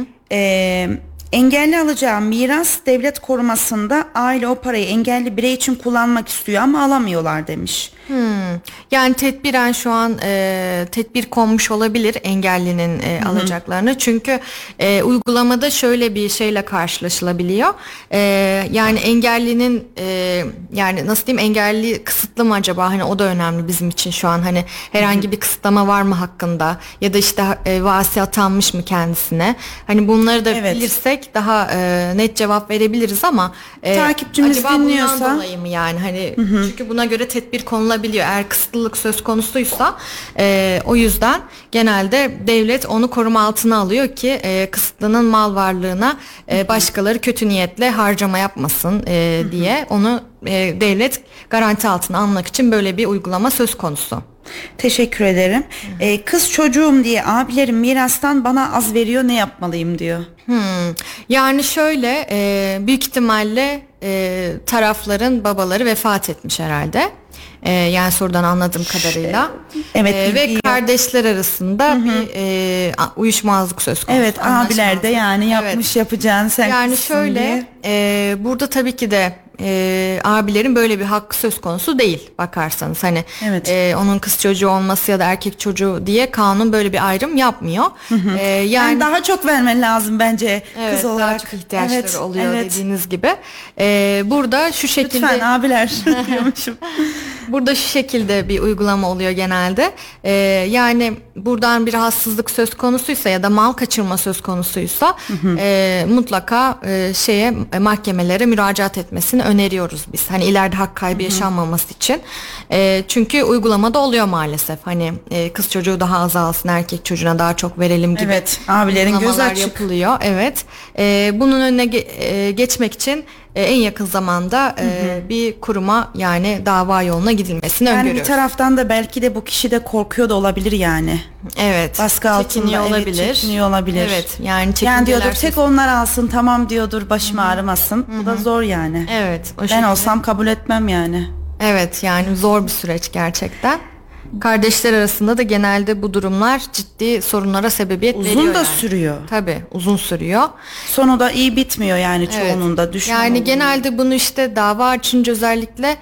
B: Engelli alacağı miras devlet korumasında, aile o parayı engelli birey için kullanmak istiyor ama alamıyorlar demiş.
C: Yani tedbiren şu an tedbir konmuş olabilir engellinin alacaklarını. Çünkü uygulamada şöyle bir şeyle karşılaşılabiliyor. Yani engellinin yani nasıl diyeyim, engelli kısıtlı mı acaba? Hani o da önemli bizim için şu an. Hani herhangi bir kısıtlama var mı hakkında? Ya da işte vasi atanmış mı kendisine? Hani bunları da bilirsek daha net cevap verebiliriz ama
B: takipçimiz
C: acaba
B: dinliyorsa
C: bundan dolayı mı yani? Hani çünkü buna göre tedbir konulabiliyor. Eğer kısıtlılık söz konusuysa o yüzden genelde devlet onu koruma altına alıyor ki kısıtlının mal varlığına başkaları kötü niyetle harcama yapmasın diye onu devlet garanti altına almak için böyle bir uygulama söz konusu.
B: Teşekkür ederim. Kız çocuğum diye abilerim mirastan bana az veriyor, ne yapmalıyım diyor.
C: Yani şöyle büyük ihtimalle tarafların babaları vefat etmiş herhalde. Yani sorudan anladığım kadarıyla.
B: Evet.
C: Ve kardeşler arasında bir uyuşmazlık söz konusu.
B: Evet, abiler de yani yapmış yapacağını sen
C: yani şöyle burada tabii ki de abilerin böyle bir hakkı söz konusu değil bakarsanız. Hani onun kız çocuğu olması ya da erkek çocuğu diye kanun böyle bir ayrım yapmıyor.
B: Yani daha çok vermen lazım bence kız olarak.
C: Daha çok ihtiyaçları oluyor dediğiniz gibi. Burada şu şekilde.
B: Lütfen abiler diyormuşum.
C: Burada şu şekilde bir uygulama oluyor genelde. Yani buradan bir rahatsızlık söz konusuysa ya da mal kaçırma söz konusuysa mutlaka mahkemelere müracaat etmesini öneriyoruz biz. Hani ileride hak kaybı yaşanmaması için. Çünkü uygulamada oluyor maalesef. Hani kız çocuğu daha azalsın, erkek çocuğuna daha çok verelim gibi.
B: Evet, abilerin gözü açık.
C: Yapılıyor. Evet. Bunun önüne geçmek için en yakın zamanda bir kuruma yani dava yoluna gidilmesini öngörüyoruz.
B: Bir taraftan da belki de bu kişi de korkuyor da olabilir yani.
C: Evet.
B: Baskı altında. Çekiniyor olabilir.
C: Evet. Yani
B: diyordur tek onlar alsın, tamam diyordur, başım ağrımasın. Bu da zor yani.
C: Evet.
B: Ben olsam kabul etmem yani.
C: Evet, yani zor bir süreç gerçekten. Kardeşler arasında da genelde bu durumlar ciddi sorunlara sebebiyet veriyor.
B: Uzun da sürüyor.
C: Tabii, uzun sürüyor.
B: Sonu da iyi bitmiyor yani çoğunun da düşman
C: yani
B: oluyor.
C: Genelde bunu işte dava açınca özellikle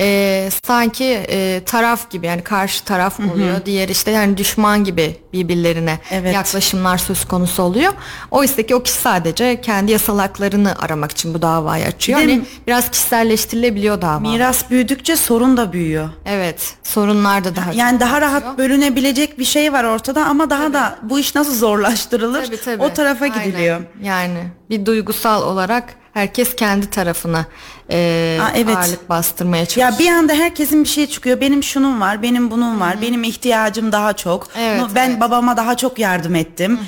C: sanki taraf gibi, yani karşı taraf oluyor. Diğer işte yani düşman gibi birbirlerine yaklaşımlar söz konusu oluyor. Oysa ki o kişi sadece kendi yasal haklarını aramak için bu davayı açıyor. Hani biraz kişiselleştirilebiliyor dava.
B: Miras büyüdükçe sorun da büyüyor.
C: Evet, sorunlar da daha
B: yani daha rahat bölünebilecek bir şey var ortada ama daha da bu iş nasıl zorlaştırılır?
C: Tabii.
B: O tarafa gidiliyor.
C: Yani bir duygusal olarak herkes kendi tarafına ağırlık bastırmaya çalışıyor.
B: Ya bir anda herkesin bir şey çıkıyor. Benim şunun var, benim bunun var, benim ihtiyacım daha çok. Ben babama daha çok yardım ettim.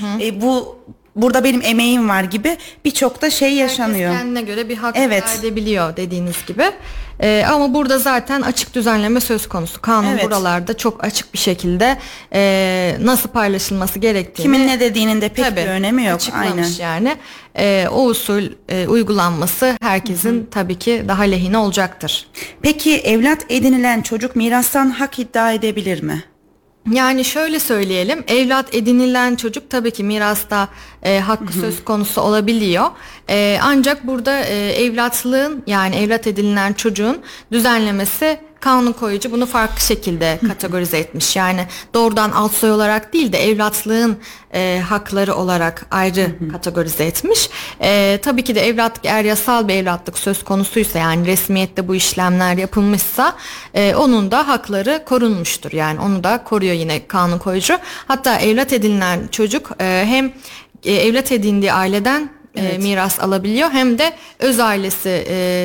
B: Burada benim emeğim var gibi birçok da şey yaşanıyor.
C: Herkes kendine göre bir hak elde edebiliyor dediğiniz gibi. Ama burada zaten açık düzenleme söz konusu. Kanun buralarda çok açık bir şekilde nasıl paylaşılması gerektiğini.
B: Kimin ne dediğinin de pek bir önemi yok.
C: Açıklamış yani. O usul uygulanması herkesin tabii ki daha lehine olacaktır.
B: Peki evlat edinilen çocuk mirastan hak iddia edebilir mi?
C: Yani şöyle söyleyelim, evlat edinilen çocuk tabii ki mirasta hakkı söz konusu olabiliyor. Ancak burada evlatlığın, yani evlat edinilen çocuğun düzenlemesi, kanun koyucu bunu farklı şekilde kategorize etmiş. Yani doğrudan alt soy olarak değil de evlatlığın hakları olarak ayrı kategorize etmiş. Tabii ki de evlatlık, eğer yasal bir evlatlık söz konusuysa, yani resmiyette bu işlemler yapılmışsa onun da hakları korunmuştur. Yani onu da koruyor yine kanun koyucu. Hatta evlat edinilen çocuk hem evlat edindiği aileden miras alabiliyor, hem de öz ailesi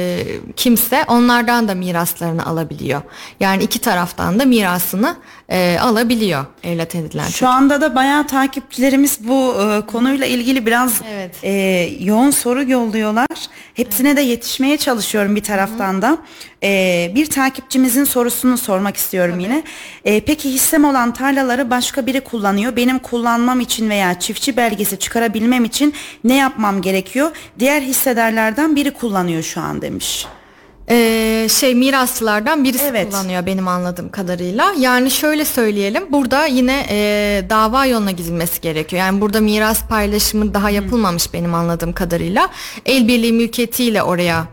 C: kimse onlardan da miraslarını alabiliyor. Yani iki taraftan da mirasını alabiliyor evlat edilen çocuk.
B: Şu anda da bayağı takipçilerimiz bu konuyla ilgili biraz yoğun soru yolluyorlar. Hepsine de yetişmeye çalışıyorum bir taraftan da. Bir takipçimizin sorusunu sormak istiyorum yine. Peki hissem olan tarlaları başka biri kullanıyor. Benim kullanmam için veya çiftçi belgesi çıkarabilmem için ne yapmam gerekiyor? Diğer hissedarlardan biri kullanıyor şu an demiş.
C: Mirasçılardan birisi kullanıyor benim anladığım kadarıyla. Yani şöyle söyleyelim, burada yine dava yoluna gidilmesi gerekiyor. Yani burada miras paylaşımı daha yapılmamış benim anladığım kadarıyla. El birliği mülkiyetiyle oraya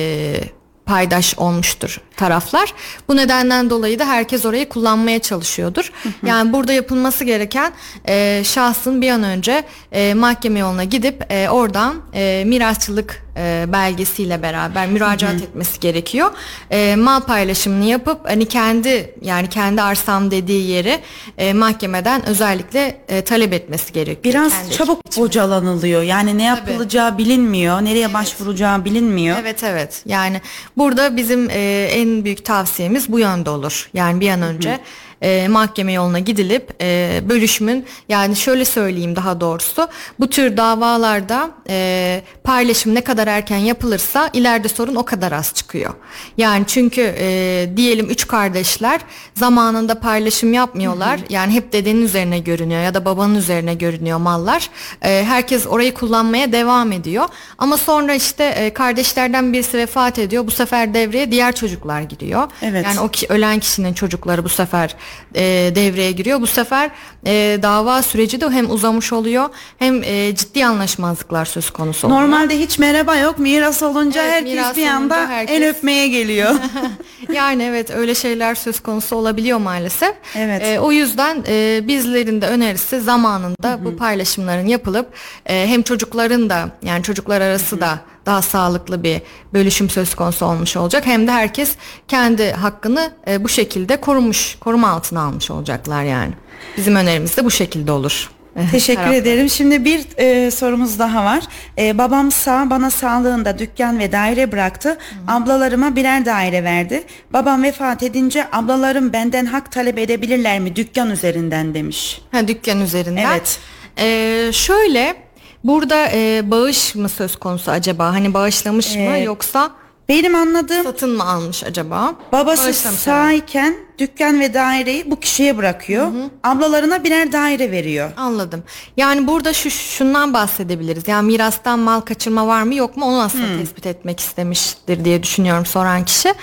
C: paydaş olmuştur taraflar. Bu nedenden dolayı da herkes orayı kullanmaya çalışıyordur. Yani burada yapılması gereken şahsın bir an önce mahkeme yoluna gidip oradan mirasçılık belgesiyle beraber müracaat etmesi gerekiyor. Mal paylaşımını yapıp hani kendi arsam dediği yeri mahkemeden özellikle talep etmesi gerekiyor.
B: Biraz çabuk bocalanılıyor. Yani ne yapılacağı bilinmiyor, nereye başvuracağı bilinmiyor.
C: Evet. Yani burada bizim en büyük tavsiyemiz bu yönde olur. Yani bir an önce mahkeme yoluna gidilip bölüşümün, yani şöyle söyleyeyim daha doğrusu, bu tür davalarda paylaşım ne kadar erken yapılırsa ileride sorun o kadar az çıkıyor. Yani çünkü diyelim 3 kardeşler zamanında paylaşım yapmıyorlar. Yani hep dedenin üzerine görünüyor ya da babanın üzerine görünüyor mallar. Herkes orayı kullanmaya devam ediyor. Ama sonra işte kardeşlerden birisi vefat ediyor. Bu sefer devreye diğer çocuklar giriyor.
B: Evet.
C: Yani o ölen kişinin çocukları bu sefer devreye giriyor. Bu sefer dava süreci de hem uzamış oluyor hem ciddi anlaşmazlıklar söz konusu oluyor.
B: Normalde hiç merhaba yok, miras olunca herkes
C: miras
B: bir anda
C: olunca herkes
B: el öpmeye geliyor.
C: Yani evet, öyle şeyler söz konusu olabiliyor maalesef.
B: Evet.
C: O yüzden bizlerin de önerisi zamanında bu paylaşımların yapılıp hem çocukların da, yani çocuklar arası da daha sağlıklı bir bölüşüm söz konusu olmuş olacak. Hem de herkes kendi hakkını bu şekilde koruma altına almış olacaklar yani. Bizim önerimiz de bu şekilde olur.
B: Teşekkür ederim. Şimdi bir sorumuz daha var. Babam bana sağlığında dükkan ve daire bıraktı. Ablalarıma birer daire verdi. Babam vefat edince ablalarım benden hak talep edebilirler mi dükkan üzerinden demiş.
C: Dükkan üzerinden.
B: Evet.
C: Şöyle, burada bağış mı söz konusu acaba? Hani bağışlamış mı, yoksa
B: benim anladığım
C: satın mı almış acaba?
B: Babası sağyken dükkan ve daireyi bu kişiye bırakıyor. Ablalarına birer daire veriyor.
C: Anladım. Yani burada şundan bahsedebiliriz. Yani mirastan mal kaçırma var mı yok mu, onu aslında tespit etmek istemiştir diye düşünüyorum soran kişi.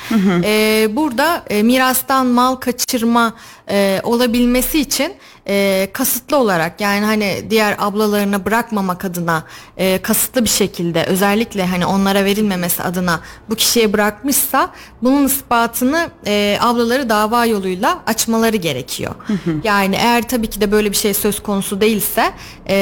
C: Burada mirastan mal kaçırma olabilmesi için kasıtlı olarak, yani hani diğer ablalarına bırakmamak adına kasıtlı bir şekilde, özellikle hani onlara verilmemesi adına bu kişiye bırakmışsa bunun ispatını ablaları dava yoluyla açmaları gerekiyor. Yani eğer tabii ki de böyle bir şey söz konusu değilse,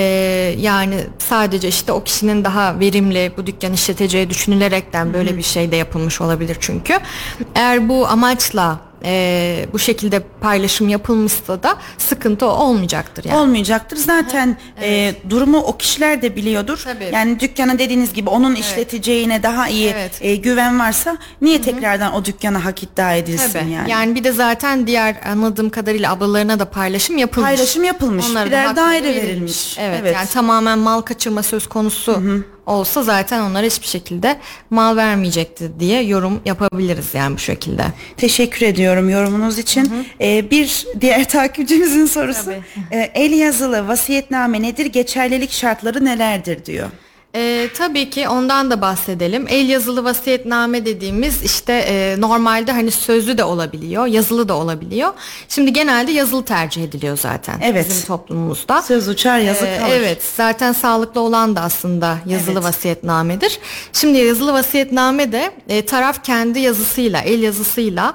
C: yani sadece işte o kişinin daha verimli bu dükkanı işleteceği düşünülerekten böyle bir şey de yapılmış olabilir çünkü. Eğer bu amaçla bu şekilde paylaşım yapılmışsa da sıkıntı olmayacaktır yani.
B: Olmayacaktır. Zaten durumu o kişiler de biliyordur.
C: Tabii.
B: Yani dükkanı dediğiniz gibi onun işleteceğine daha iyi güven varsa niye tekrardan o dükkana hak iddia edilsin?
C: Tabii.
B: Yani.
C: Yani bir de zaten diğer, anladığım kadarıyla ablalarına da paylaşım yapılmış.
B: Paylaşım yapılmış.
C: Onlara
B: birer
C: da
B: daire verilmiş.
C: Evet. Yani tamamen mal kaçırma söz konusu olsa zaten onlara hiçbir şekilde mal vermeyecekti diye yorum yapabiliriz yani bu şekilde.
B: Teşekkür ediyorum yorumunuz için. Bir diğer takipçimizin sorusu. El yazılı vasiyetname nedir? Geçerlilik şartları nelerdir diyor.
C: Tabii ki ondan da bahsedelim. El yazılı vasiyetname dediğimiz işte normalde hani sözlü de olabiliyor, yazılı da olabiliyor. Şimdi genelde yazılı tercih ediliyor zaten bizim toplumumuzda.
B: Söz uçar, yazı kalır.
C: Evet, zaten sağlıklı olan da aslında yazılı vasiyetnamedir. Şimdi yazılı vasiyetname de taraf kendi yazısıyla, el yazısıyla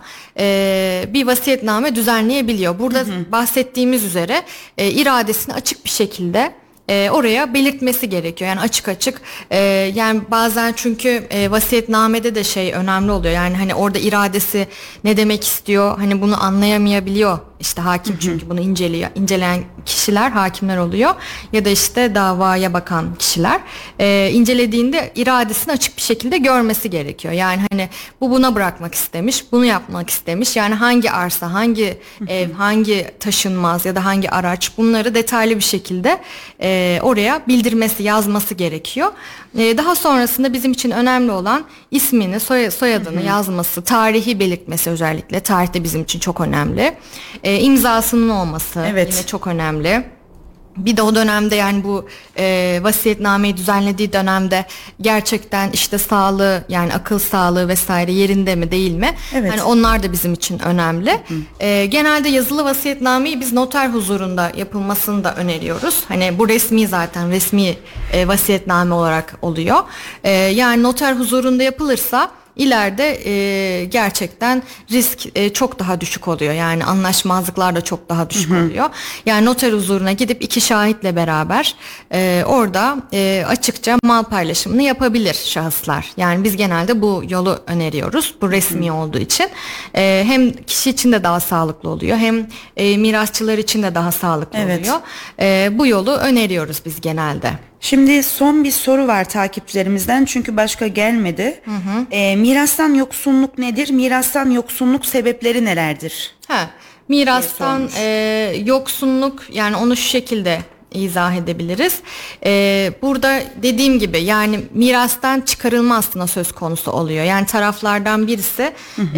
C: bir vasiyetname düzenleyebiliyor. Burada bahsettiğimiz üzere iradesini açık bir şekilde oraya belirtmesi gerekiyor. Yani açık açık yani bazen çünkü vasiyetnamede de şey önemli oluyor. Yani hani orada iradesi ne demek istiyor, hani bunu anlayamayabiliyor. İşte hakim çünkü bunu inceleyen kişiler hakimler oluyor ya da işte davaya bakan kişiler incelediğinde iradesini açık bir şekilde görmesi gerekiyor. Yani hani bu buna bırakmak istemiş, bunu yapmak istemiş. Yani hangi arsa, hangi ev, hangi taşınmaz ya da hangi araç, bunları detaylı bir şekilde oraya bildirmesi, yazması gerekiyor. Daha sonrasında bizim için önemli olan ismini, soyadını yazması, tarihi belirtmesi, özellikle tarih de bizim için çok önemli. İmzasının olması yine çok önemli. Bir de o dönemde, yani bu vasiyetnameyi düzenlediği dönemde gerçekten işte sağlığı, yani akıl sağlığı vesaire yerinde mi değil mi? Yani onlar da bizim için önemli. Genelde yazılı vasiyetnameyi biz noter huzurunda yapılmasını da öneriyoruz. Hani bu resmi, zaten resmi vasiyetname olarak oluyor. Yani noter huzurunda yapılırsa İleride gerçekten risk çok daha düşük oluyor. Yani anlaşmazlıklar da çok daha düşük oluyor. Yani noter huzuruna gidip iki şahitle beraber orada açıkça mal paylaşımını yapabilir şahıslar. Yani biz genelde bu yolu öneriyoruz. Bu resmi olduğu için. Hem kişi için de daha sağlıklı oluyor. Hem mirasçılar için de daha sağlıklı oluyor. Bu yolu öneriyoruz biz genelde.
B: Şimdi son bir soru var takipçilerimizden, çünkü başka gelmedi. Mirastan yoksunluk nedir? Mirastan yoksunluk sebepleri nelerdir?
C: Mirastan yoksunluk, yani onu şu şekilde izah edebiliriz. Burada dediğim gibi yani mirastan çıkarılma aslında söz konusu oluyor. Yani taraflardan birisi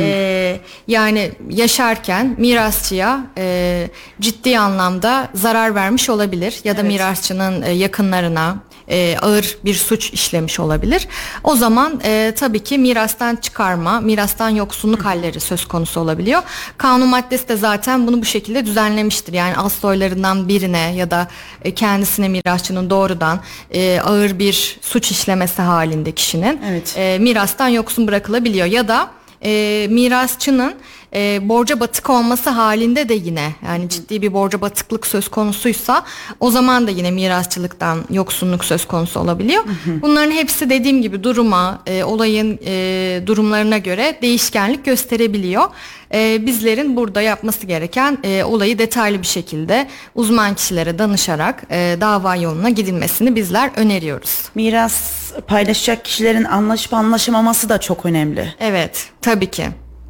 C: yani yaşarken mirasçıya ciddi anlamda zarar vermiş olabilir ya da mirasçının yakınlarına ağır bir suç işlemiş olabilir. O zaman tabii ki mirastan çıkarma, mirastan yoksunluk halleri söz konusu olabiliyor. Kanun maddesi de zaten bunu bu şekilde düzenlemiştir. Yani az soylarından birine ya da kendisine mirasçının doğrudan ağır bir suç işlemesi halinde kişinin mirastan yoksun bırakılabiliyor ya da mirasçının borca batık olması halinde de yine yani ciddi bir borca batıklık söz konusuysa o zaman da yine mirasçılıktan yoksunluk söz konusu olabiliyor. Bunların hepsi dediğim gibi duruma, olayın durumlarına göre değişkenlik gösterebiliyor. Bizlerin burada yapması gereken olayı detaylı bir şekilde uzman kişilere danışarak dava yoluna gidilmesini bizler öneriyoruz.
B: Miras paylaşacak kişilerin anlaşıp anlaşamaması da çok önemli.
C: Evet, tabii ki.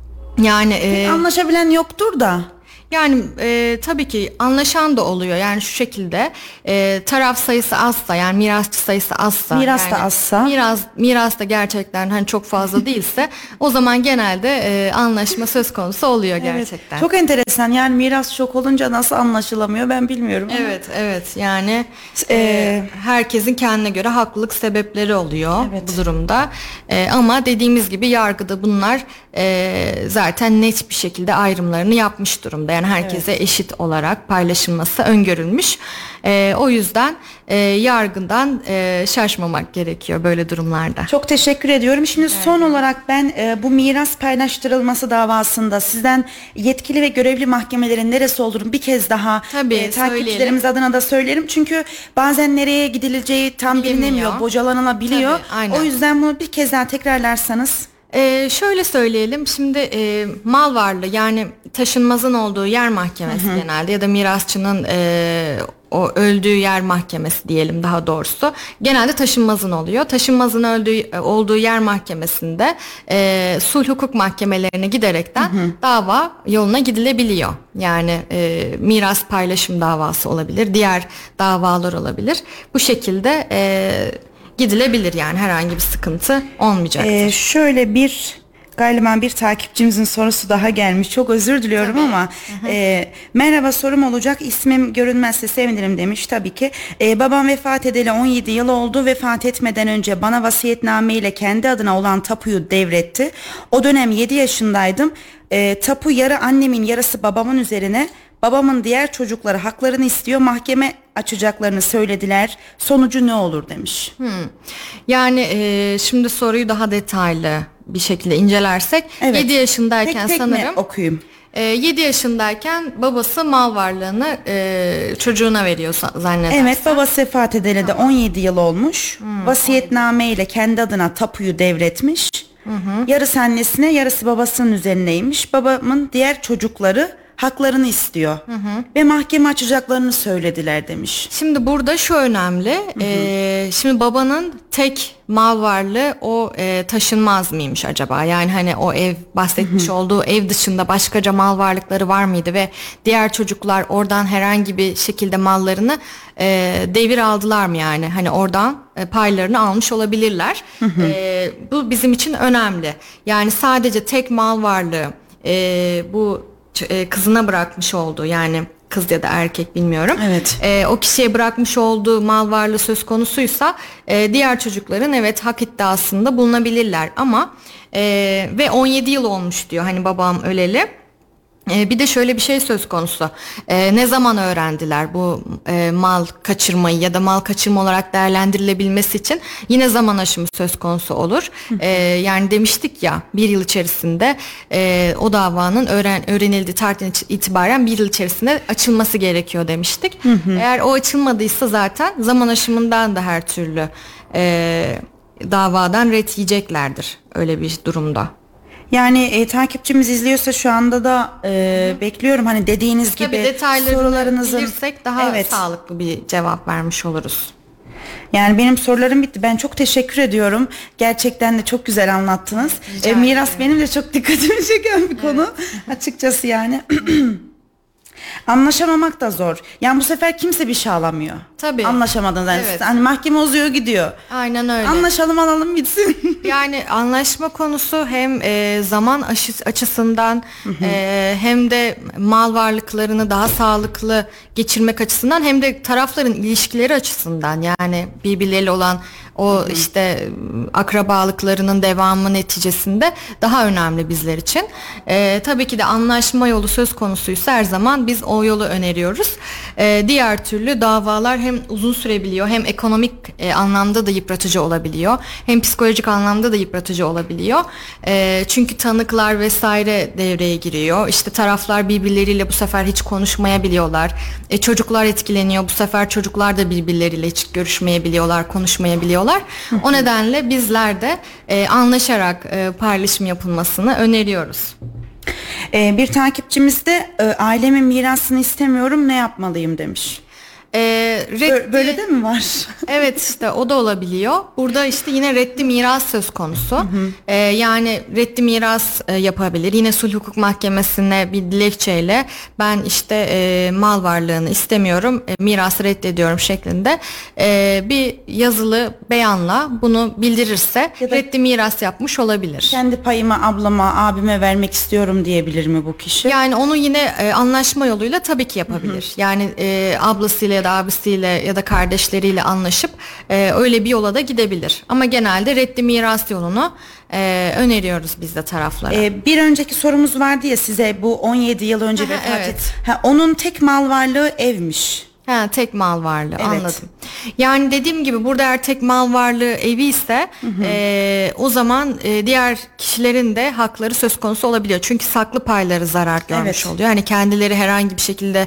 C: Yani
B: anlaşabilen yoktur da.
C: Yani tabii ki anlaşan da oluyor. Yani şu şekilde taraf sayısı azsa, yani mirasçı sayısı azsa,
B: miras da azsa,
C: miras da gerçekten hani çok fazla değilse o zaman genelde anlaşma söz konusu oluyor gerçekten.
B: Çok enteresan. Yani miras çok olunca nasıl anlaşılamıyor ben bilmiyorum.
C: Evet. Yani herkesin kendine göre haklılık sebepleri oluyor bu durumda. Ama dediğimiz gibi yargıda bunlar zaten net bir şekilde ayrımlarını yapmış durumda. Yani herkese eşit olarak paylaşılması öngörülmüş. O yüzden yargıdan şaşmamak gerekiyor böyle durumlarda.
B: Çok teşekkür ediyorum. Şimdi son olarak ben bu miras paylaştırılması davasında sizden yetkili ve görevli mahkemelerin neresi olduğunu bir kez daha takipçilerimiz adına da söylerim. Çünkü bazen nereye gidileceği tam bilinemiyor, bocalanılabiliyor. O yüzden bunu bir kez daha tekrarlarsanız.
C: Şöyle söyleyelim, şimdi mal varlığı yani taşınmazın olduğu yer mahkemesi genelde ya da mirasçının o öldüğü yer mahkemesi diyelim daha doğrusu. Genelde taşınmazın oluyor. Taşınmazın olduğu yer mahkemesinde sulh hukuk mahkemelerine giderekten dava yoluna gidilebiliyor. Yani miras paylaşım davası olabilir, diğer davalar olabilir. Bu şekilde gidilebilir, yani herhangi bir sıkıntı olmayacaktır.
B: Şöyle galiba bir takipçimizin sorusu daha gelmiş. Çok özür diliyorum ama merhaba, sorum olacak. İsmim görünmezse sevinirim demiş. Tabii ki. Babam vefat edeli 17 yıl oldu. Vefat etmeden önce bana vasiyetname ile kendi adına olan tapuyu devretti. O dönem 7 yaşındaydım. Tapu yarı annemin yarısı babamın üzerine. Babamın diğer çocukları haklarını istiyor. Mahkeme açacaklarını söylediler. Sonucu ne olur demiş.
C: Yani şimdi soruyu daha detaylı bir şekilde incelersek 7 yaşındayken
B: tek
C: sanırım
B: mi okuyayım?
C: 7 yaşındayken babası mal varlığını çocuğuna veriyor zannedersem.
B: Evet, babası vefat edeli de 17 yıl olmuş. Vasiyetname ile kendi adına tapuyu devretmiş. Yarısı annesine, yarısı babasının üzerineymiş. Babamın diğer çocukları haklarını istiyor ve mahkeme açacaklarını söylediler demiş.
C: Şimdi burada şu önemli, şimdi babanın tek mal varlığı o taşınmaz mıymış acaba? Yani hani o ev, bahsetmiş olduğu ev dışında başkaca mal varlıkları var mıydı ve diğer çocuklar oradan herhangi bir şekilde mallarını devir aldılar mı, yani hani oradan paylarını almış olabilirler. Bu bizim için önemli. Yani sadece tek mal varlığı bu kızına bırakmış olduğu, yani kız ya da erkek bilmiyorum. O kişiye bırakmış olduğu mal varlığı söz konusuysa diğer çocukların hak iddiasında bulunabilirler ama ve 17 yıl olmuş diyor hani babam öleli. Bir de şöyle bir şey söz konusu. Ne zaman öğrendiler bu mal kaçırmayı ya da mal kaçırma olarak değerlendirilebilmesi için yine zaman aşımı söz konusu olur. Yani demiştik ya, bir yıl içerisinde o davanın öğrenildiği tarihten itibaren bir yıl içerisinde açılması gerekiyor demiştik. Eğer o açılmadıysa zaten zaman aşımından da her türlü davadan ret yiyeceklerdir öyle bir durumda.
B: Yani takipçimiz izliyorsa şu anda da bekliyorum hani dediğiniz gibi
C: detaylarını bilirsek daha sağlıklı bir cevap vermiş oluruz.
B: Yani benim sorularım bitti. Ben çok teşekkür ediyorum. Gerçekten de çok güzel anlattınız. Miras benim de çok dikkatimi çeken bir konu açıkçası yani. Anlaşamamak da zor. Yani bu sefer kimse bir şey alamıyor.
C: Tabii.
B: Anlaşamadığında.
C: Evet.
B: Hani mahkeme uzuyor gidiyor.
C: Aynen öyle.
B: Anlaşalım alalım bitsin.
C: Yani anlaşma konusu hem zaman açısından hem de mal varlıklarını daha sağlıklı geçirmek açısından hem de tarafların ilişkileri açısından, yani birbirleriyle olan o işte akrabalıklarının devamı neticesinde daha önemli bizler için. Tabii ki de anlaşma yolu söz konusuysa her zaman biz o yolu öneriyoruz. Diğer türlü davalar hem uzun sürebiliyor, hem ekonomik anlamda da yıpratıcı olabiliyor, hem psikolojik anlamda da yıpratıcı olabiliyor. Çünkü tanıklar vesaire devreye giriyor. İşte taraflar birbirleriyle bu sefer hiç konuşmayabiliyorlar. Çocuklar etkileniyor. Bu sefer çocuklar da birbirleriyle hiç görüşmeyebiliyorlar, konuşmayabiliyorlar. O nedenle bizler de anlaşarak paylaşım yapılmasını öneriyoruz.
B: Bir takipçimiz de ailemin mirasını istemiyorum, ne yapmalıyım demiş. Böyle de mi var?
C: Evet, işte o da olabiliyor. Burada işte yine reddi miras söz konusu. Yani reddi miras yapabilir. Yine sulh hukuk mahkemesine bir dilekçeyle ben işte mal varlığını istemiyorum, mirası reddediyorum şeklinde bir yazılı beyanla bunu bildirirse reddi miras yapmış olabilir.
B: Kendi payımı ablama, abime vermek istiyorum diyebilir mi bu kişi?
C: Yani onu yine anlaşma yoluyla tabii ki yapabilir. Yani ablasıyla ya da abisiyle ya da kardeşleriyle anlaşıp öyle bir yola da gidebilir. Ama genelde reddi miras yolunu öneriyoruz biz de taraflara.
B: Bir önceki sorumuz vardı ya size, bu 17 yıl önce vefat
C: evet.
B: etti. Onun tek mal varlığı evmiş.
C: Tek mal varlığı,
B: evet.
C: Anladım. Yani dediğim gibi burada eğer tek mal varlığı evi ise o zaman diğer kişilerin de hakları söz konusu olabiliyor. Çünkü saklı payları zarar görmüş oluyor. Hani kendileri herhangi bir şekilde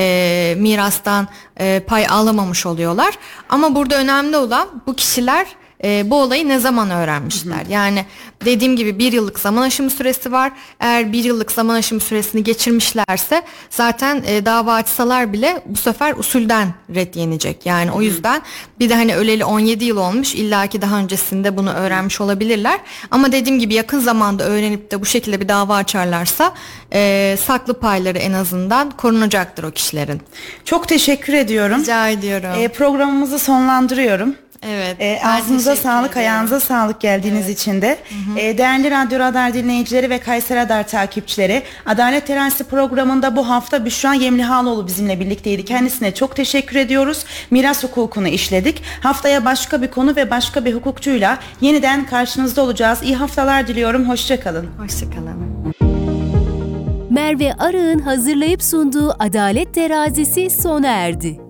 C: mirastan pay alamamış oluyorlar. Ama burada önemli olan bu kişiler bu olayı ne zaman öğrenmişler? Yani dediğim gibi 1 yıllık zaman aşımı süresi var. Eğer 1 yıllık zaman aşımı süresini geçirmişlerse zaten dava açsalar bile bu sefer usulden red yenecek. Yani o yüzden bir de hani öleli 17 yıl olmuş, illaki daha öncesinde bunu öğrenmiş olabilirler. Ama dediğim gibi yakın zamanda öğrenip de bu şekilde bir dava açarlarsa saklı payları en azından korunacaktır o kişilerin.
B: Çok teşekkür ediyorum.
C: Rica ediyorum.
B: Programımızı sonlandırıyorum.
C: Evet.
B: Ağzınıza sağlık, ayağınıza sağlık geldiğiniz için de. Değerli Radyo Radar dinleyicileri ve Kayseri Radar takipçileri, Adalet Terazisi programında bu hafta Büşra Yemlihaloğlu bizimle birlikteydi. Kendisine çok teşekkür ediyoruz. Miras hukukunu işledik. Haftaya başka bir konu ve başka bir hukukçuyla yeniden karşınızda olacağız. İyi haftalar diliyorum. Hoşçakalın.
C: Hoşçakalın.
A: Merve Arık'ın hazırlayıp sunduğu Adalet Terazisi sona erdi.